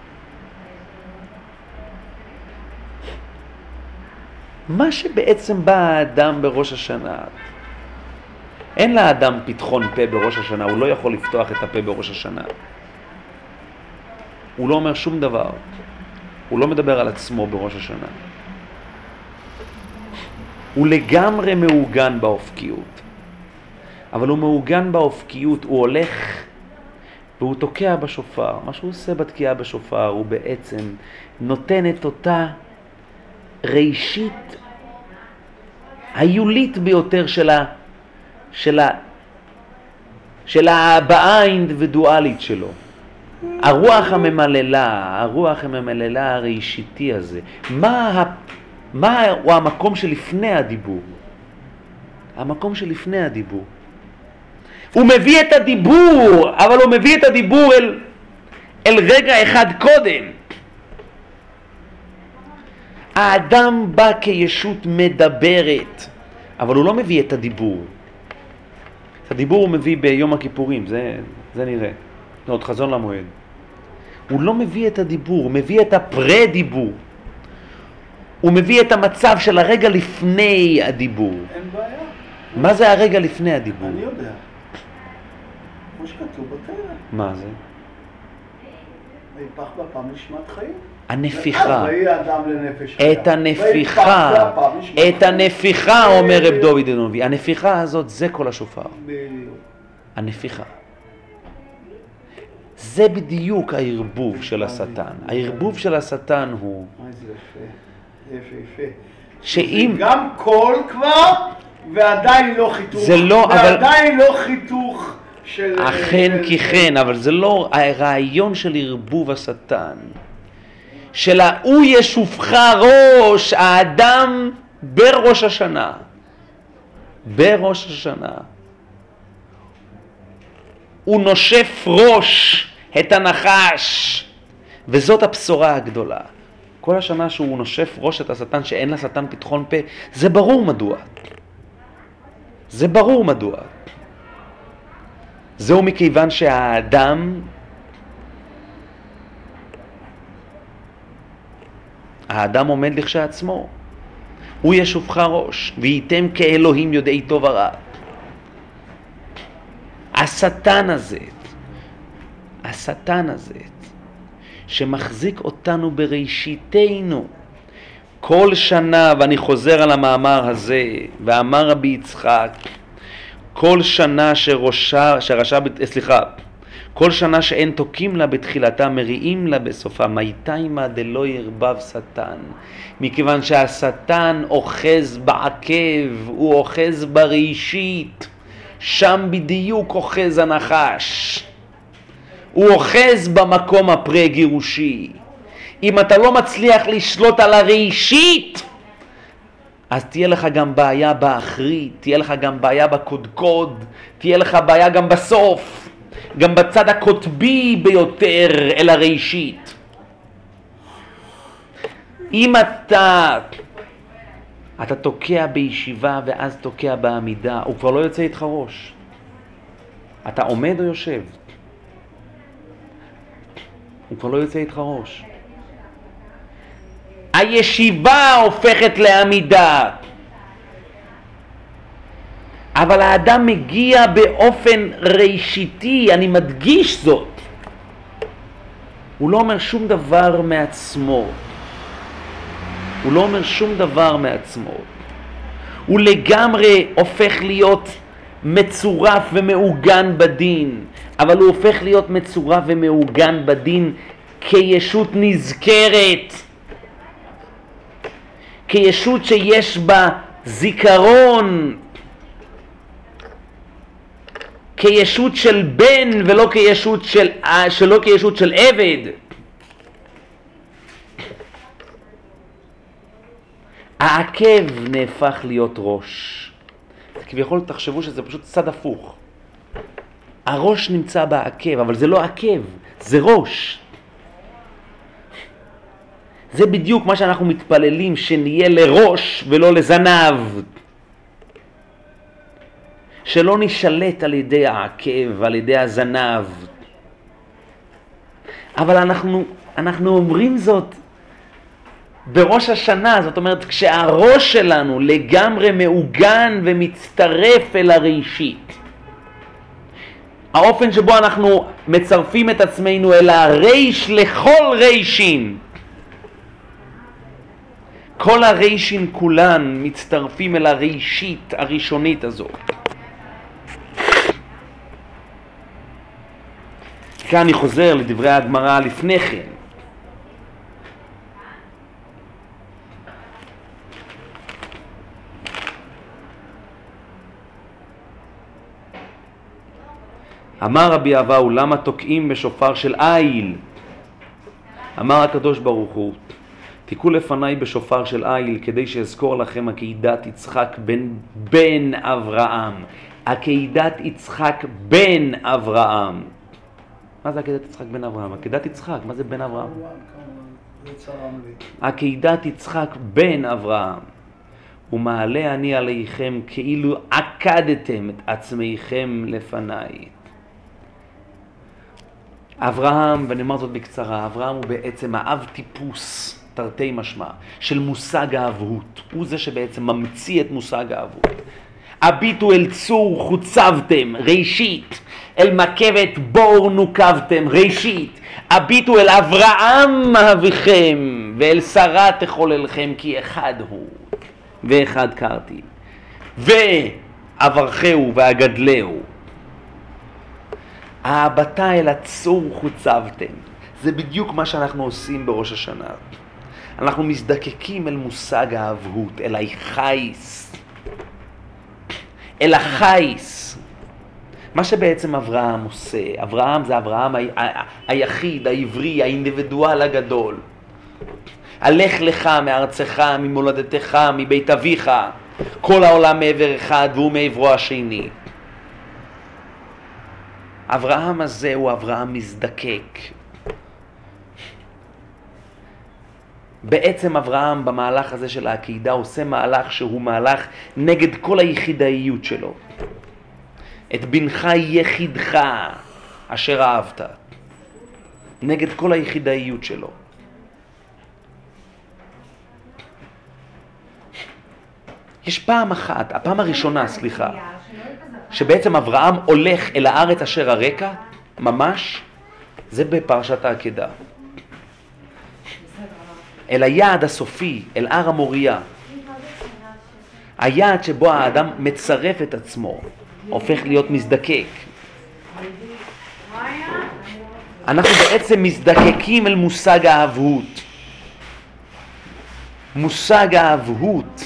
Speaker 1: מה שבעצם בא האדם בראש השנה, אין לאדם פתחון פה בראש השנה, הוא לא יכול לפתוח את הפה בראש השנה. הוא לא אומר שום דבר. הוא לא מדבר על עצמו בראש השנה. הוא לגמרי מעוגן באופקיות. אבל הוא מעוגן באופקיות, הוא הולך והוא תוקע בשופר. מה שהוא עושה בתקיעה בשופר הוא בעצם נותן את אותה ראשית היולית ביותר של ה של ה של ההבעה האינדיבידואלית שלו. הרוח הממללה, הרוח הממללה הראשיתי הזה. מה ה מה הוא המקום שלפני הדיבור? המקום שלפני הדיבור. הוא מביא את הדיבור, אבל הוא מביא את הדיבור אל אל רגע אחד קודם. האדם בא כישות מדברת, אבל הוא לא מביא את הדיבור. את הדיבור הוא מביא ביום הכיפורים, זה, זה נראה. זה עוד חזון למועד. הוא לא מביא את הדיבור, הוא מביא את הפרה-דיבור. הוא מביא את המצב של הרגע לפני הדיבור.
Speaker 2: אין בעיה.
Speaker 1: מה זה הרגע לפני הדיבור?
Speaker 2: אני יודע. כמו שכתוב בתורה.
Speaker 1: מה זה?
Speaker 2: ויפח באפם נשמת חיים.
Speaker 1: הנפיחה.
Speaker 2: ויהי האדם לנפש
Speaker 1: את
Speaker 2: חיה.
Speaker 1: הנפיחה,
Speaker 2: ויפח באפם נשמת
Speaker 1: את
Speaker 2: חיים.
Speaker 1: הנפיחה, אומר רב דוד הנביא. הנפיחה הזאת זה כל השופר.
Speaker 2: בדיוק.
Speaker 1: הנפיחה. זה בדיוק הערבוב של השטן. הערבוב של השטן הוא
Speaker 2: אוי, זה יפה. זה יפה, יפה.
Speaker 1: שאם...
Speaker 2: זה גם קול כבר, ועדיין לא חיתוך.
Speaker 1: זה לא, אבל...
Speaker 2: ועדיין לא חיתוך של...
Speaker 1: אכן
Speaker 2: של-
Speaker 1: כי כן, אבל זה לא הרעיון של ערבוב השטן. של ההוא ישופך ראש, האדם בראש השנה. בראש השנה. הוא נושף ראש את הנחש, וזאת הבשורה הגדולה. כל השנה שהוא נושף ראש את השטן, שאין לשטן פתחון פה, זה ברור מדוע. זה ברור מדוע. זהו מכיוון שהאדם, האדם עומד לכשעצמו. הוא ישופך ראש, וייתם כאלוהים יודעי טוב ורע. השטן הזה, השטן הזה, שמחזיק אותנו בראשיתנו, כל שנה, ואני חוזר על המאמר הזה, ואמר רבי יצחק, כל שנה שראשה, שרשה, סליחה, כל שנה שאין תוקים לה בתחילתה, מריעים לה בסופה, מייתיימה דלא ירבב שטן, מכיוון שהשטן אוחז בעקב, הוא אוחז בראשית, שם בדיוק אוחז הנחש. הוא אוחז במקום הפרה גירושי. אם אתה לא מצליח לשלוט על הראשית, אז תהיה לך גם בעיה באחרית, תהיה לך גם בעיה בקודקוד, תהיה לך בעיה גם בסוף, גם בצד הקוטבי ביותר אל הראשית. אם אתה, אתה תוקע בישיבה ואז תוקע בעמידה, הוא כבר לא יוצא איתך ראש. אתה עומד או יושב? הוא כבר לא יוצא איתך ראש. הישיבה הופכת לעמידה. אבל האדם מגיע באופן ראשיתי, אני מדגיש זאת. הוא לא אומר שום דבר מעצמו. הוא לא אומר שום דבר מעצמו. הוא לגמרי הופך להיות מצורף ומעוגן בדין, אבל הוא הופך להיות מצורף ומעוגן בדין כישות נזכרת, כישות שיש בה זיכרון, כישות של בן ולא כישות של, שלא כישות של עבד. העקב נהפך להיות ראש. כביכול תחשבו שזה פשוט צד הפוך. הראש נמצא בעקב, אבל זה לא עקב, זה ראש. זה בדיוק מה שאנחנו מתפללים, שנהיה לראש ולא לזנב. שלא נשלט על ידי העקב, על ידי הזנב. אבל אנחנו, אנחנו אומרים זאת בראש השנה, זאת אומרת, כשהראש שלנו לגמרי מעוגן ומצטרף אל הראשית. האופן שבו אנחנו מצרפים את עצמנו אל הריש לכל רישים. כל הרישים כולן מצטרפים אל הראשית הראשונית הזאת. כאן אני חוזר לדברי הגמרא לפני כן. אמר רבי אבאו, למה תוקעים בשופר של איל? אמר הקדוש ברוך הוא, תיקחו לפניי בשופר של איל, כדי שאזכור לכם עקדת יצחק בן, בן אברהם. עקדת יצחק בן אברהם. מה זה עקדת יצחק בן אברהם? עקדת יצחק, מה זה בן אברהם? עקדת יצחק בן אברהם. ומעלה אני עליכם כאילו עקדתם את עצמכם לפניי. אברהם, ואני אומר זאת בקצרה, אברהם הוא בעצם האב טיפוס, תרתי משמע, של מושג האבהות. הוא זה שבעצם ממציא את מושג האבהות. הביטו אל צור חוצבתם, ראשית, אל מכבת בור נוקבתם, ראשית, הביטו אל אברהם אביכם, ואל שרה תחוללכם, כי אחד הוא, ואחד קרתי, ואברכהו ואגדלהו. ההבטה אל הצור חוצבתם. זה בדיוק מה שאנחנו עושים בראש השנה. אנחנו מזדקקים אל מושג האבהות, אל החייס. אל החייס. מה שבעצם אברהם עושה, אברהם זה אברהם ה- ה- היחיד, העברי, האינדיבידואל הגדול. הלך לך מארצך, ממולדתך, מבית אביך, כל העולם מעבר אחד והוא מעברו השני. אברהם הזה הוא אברהם מזדקק. בעצם אברהם במהלך הזה של העקידה עושה מהלך שהוא מהלך נגד כל היחידאיות שלו. את בנך יחידך אשר אהבת. נגד כל היחידאיות שלו. יש פעם אחת, הפעם הראשונה, סליחה, שבעצם אברהם הולך אל הארץ אשר הרקע, ממש, זה בפרשת העקדה. אל היעד הסופי, אל הר המוריה. היעד שבו האדם מצרף את עצמו, הופך להיות מזדקק. אנחנו בעצם מזדקקים אל מושג האבהות. מושג האבהות,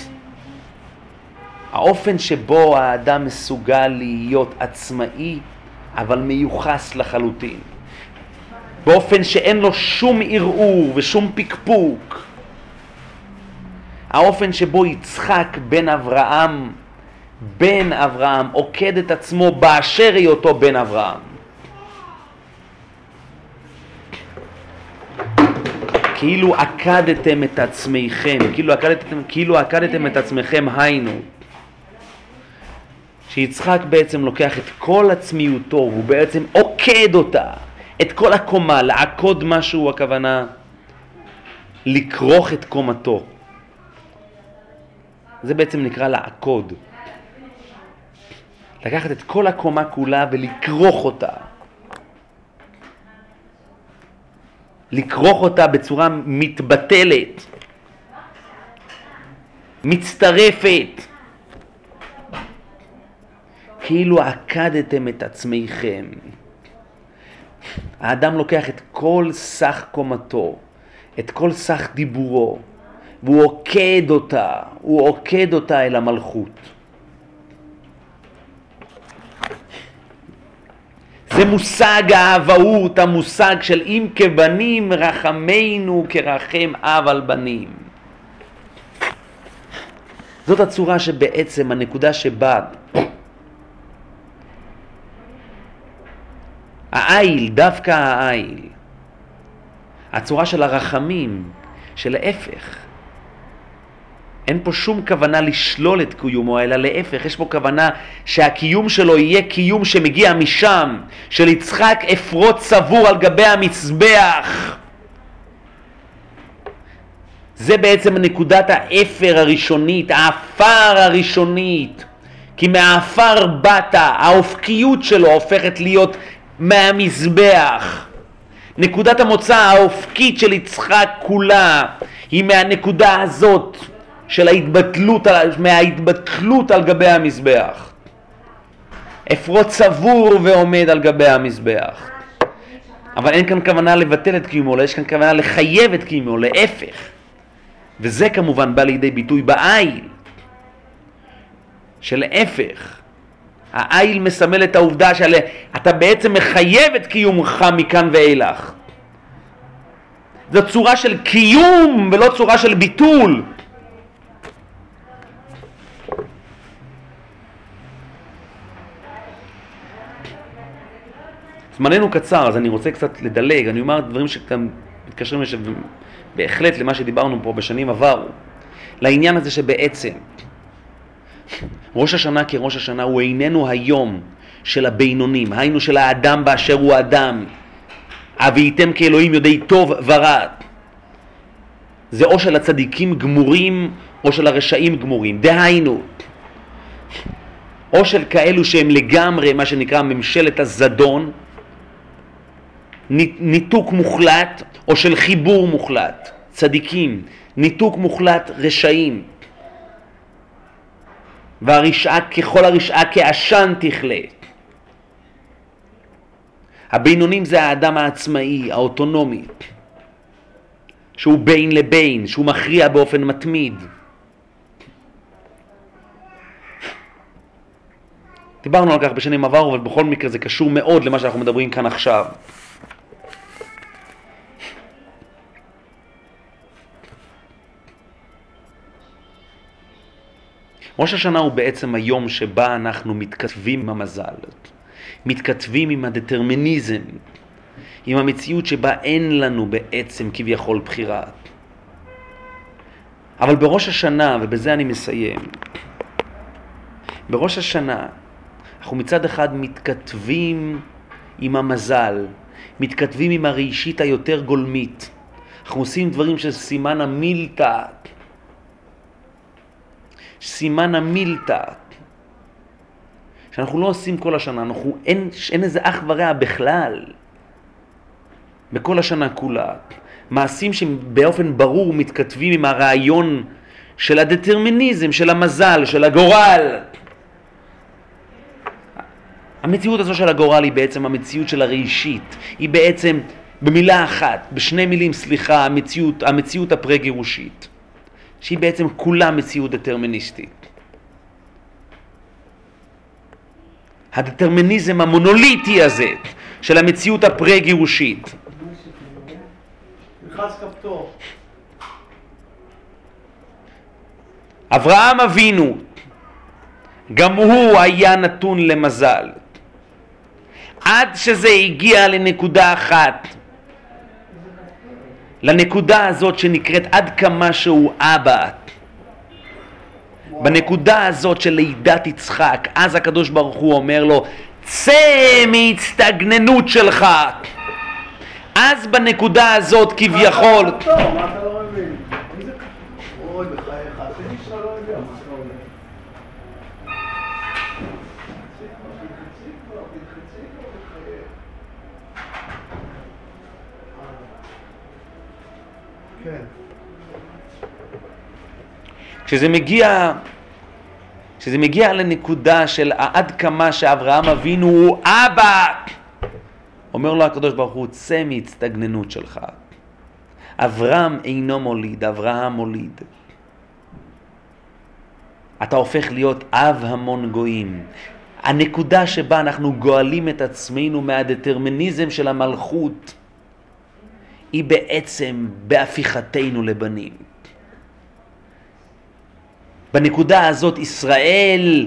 Speaker 1: האופן שבו האדם מסוגל להיות עצמאי, אבל מיוחס לחלוטין. באופן שאין לו שום ערעור ושום פקפוק. האופן שבו יצחק בן אברהם, בן אברהם, עוקד את עצמו באשר היותו בן אברהם. כאילו עקדתם את עצמכם, כאילו עקדתם, כאילו עקדתם את עצמכם, היינו. שיצחק בעצם לוקח את כל עצמיותו, הוא בעצם עוקד אותה, את כל הקומה, לעקוד משהו, הכוונה לקרוך את קומתו. זה בעצם נקרא לעקוד. לקחת את כל הקומה כולה ולקרוך אותה. לקרוך אותה בצורה מתבטלת, מצטרפת. כאילו עקדתם את עצמכם. האדם לוקח את כל סך קומתו, את כל סך דיבורו, והוא עוקד אותה, הוא עוקד אותה אל המלכות. זה מושג האבהות, המושג של אם כבנים רחמנו כרחם אב על בנים. זאת הצורה שבעצם הנקודה שבה העיל, דווקא העיל, הצורה של הרחמים, של ההפך. אין פה שום כוונה לשלול את קיומו, אלא להפך, יש פה כוונה שהקיום שלו יהיה קיום שמגיע משם, של יצחק אפרות צבור על גבי המזבח. זה בעצם נקודת האפר הראשונית, האפר הראשונית, כי מהאפר באת, האופקיות שלו הופכת להיות מהמזבח. נקודת המוצא האופקית של יצחק כולה היא מהנקודה הזאת של ההתבטלות, מההתבטלות על גבי המזבח. אפרות צבור ועומד על גבי המזבח. אבל אין כאן כוונה לבטל את קיומו, אלא יש כאן כוונה לחייב את קיומו, להפך. וזה כמובן בא לידי ביטוי בעיל. שלהפך, העיל מסמל את העובדה שאתה בעצם מחייב את קיומך מכאן ואילך. זו צורה של קיום ולא צורה של ביטול. זמננו קצר, אז אני רוצה קצת לדלג. אני אומר דברים שכאן מתקשרים לשב... בהחלט למה שדיברנו פה בשנים עברו. לעניין הזה שבעצם ראש השנה כראש השנה הוא איננו היום של הבינונים, היינו של האדם באשר הוא אדם. והייתם כאלוהים יודעי טוב ורע. זה או של הצדיקים גמורים או של הרשעים גמורים. דהיינו, או של כאלו שהם לגמרי מה שנקרא ממשלת הזדון, ניתוק מוחלט, או של חיבור מוחלט, צדיקים, ניתוק מוחלט, רשעים. והרשעה ככל הרשעה כעשן תכלה. הבינונים זה האדם העצמאי, האוטונומי, שהוא בין לבין, שהוא מכריע באופן מתמיד. דיברנו על כך בשנים עברו, אבל בכל מקרה זה קשור מאוד למה שאנחנו מדברים כאן עכשיו. ראש השנה הוא בעצם היום שבה אנחנו מתכתבים עם המזל, מתכתבים עם הדטרמיניזם, עם המציאות שבה אין לנו בעצם כביכול בחירה. אבל בראש השנה, ובזה אני מסיים, בראש השנה אנחנו מצד אחד מתכתבים עם המזל, מתכתבים עם הראשית היותר גולמית. אנחנו עושים דברים של סימן המילתא, סימן המילתא, שאנחנו לא עושים כל השנה, אנחנו, אין, אין איזה אח ורע בכלל, בכל השנה כולה. מעשים שבאופן ברור מתכתבים עם הרעיון של הדטרמיניזם, של המזל, של הגורל. המציאות הזו של הגורל היא בעצם המציאות של הראשית, היא בעצם במילה אחת, בשני מילים סליחה, המציאות, המציאות הפרה-גירושית, שהיא בעצם כולה מציאות דטרמיניסטית. הדטרמיניזם המונוליטי הזה של המציאות הפרה-גירושית.
Speaker 2: לחץ כפתור.
Speaker 1: אברהם אבינו, גם הוא היה נתון למזל. עד שזה הגיע לנקודה אחת, לנקודה הזאת שנקראת עד כמה שהוא אבא. בנקודה הזאת של לידת יצחק, אז הקדוש ברוך הוא אומר לו, צא מהצטגננות שלך. אז בנקודה הזאת כביכול...
Speaker 2: מה אתה לא מבין? אוי, בחייך, זה נשאר לא יודע, מה אתה אומר? כן.
Speaker 1: כשזה מגיע, כשזה מגיע לנקודה של עד כמה שאברהם אבינו הוא אבא, אומר לו הקדוש ברוך הוא, צא מהצטגננות שלך. אברהם אינו מוליד, אברהם מוליד. אתה הופך להיות אב המון גויים. הנקודה שבה אנחנו גואלים את עצמנו מהדטרמיניזם של המלכות, היא בעצם בהפיכתנו לבנים. בנקודה הזאת ישראל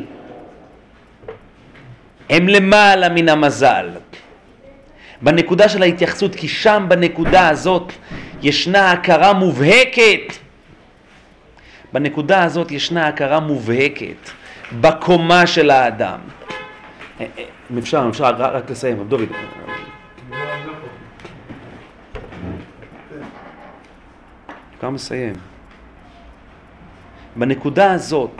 Speaker 1: הם למעלה מן המזל. בנקודה של ההתייחסות, כי שם בנקודה הזאת ישנה הכרה מובהקת. בנקודה הזאת ישנה הכרה מובהקת בקומה של האדם. אם אפשר, אם אפשר רק לסיים, דוד. כבר מסיים. בנקודה הזאת,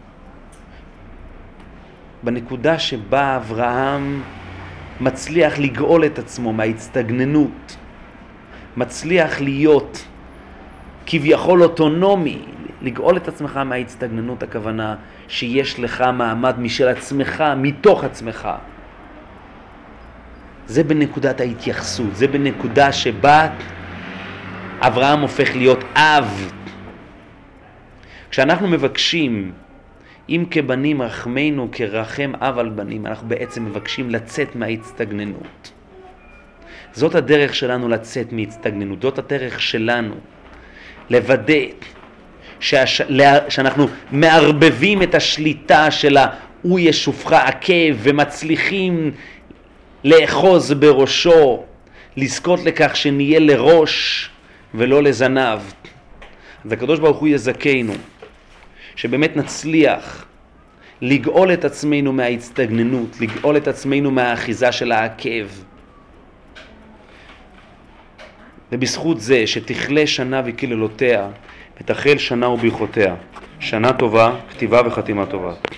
Speaker 1: בנקודה שבה אברהם מצליח לגאול את עצמו מההצטגננות, מצליח להיות כביכול אוטונומי, לגאול את עצמך מההצטגננות, הכוונה שיש לך מעמד משל עצמך, מתוך עצמך. זה בנקודת ההתייחסות, זה בנקודה שבה אברהם הופך להיות אב. כשאנחנו מבקשים, אם כבנים רחמנו כרחם אב על בנים, אנחנו בעצם מבקשים לצאת מההצטגננות. זאת הדרך שלנו לצאת מהצטגננות, זאת הדרך שלנו לוודא שהש... שאנחנו מערבבים את השליטה של הוא ישופך עקב ומצליחים לאחוז בראשו, לזכות לכך שנהיה לראש ולא לזנב. אז הקדוש ברוך הוא יזכנו, שבאמת נצליח לגאול את עצמנו מההצטגננות, לגאול את עצמנו מהאחיזה של העקב. ובזכות זה שתכלה שנה וקללותיה, ותחל שנה וברכותיה. שנה טובה, כתיבה וחתימה טובה.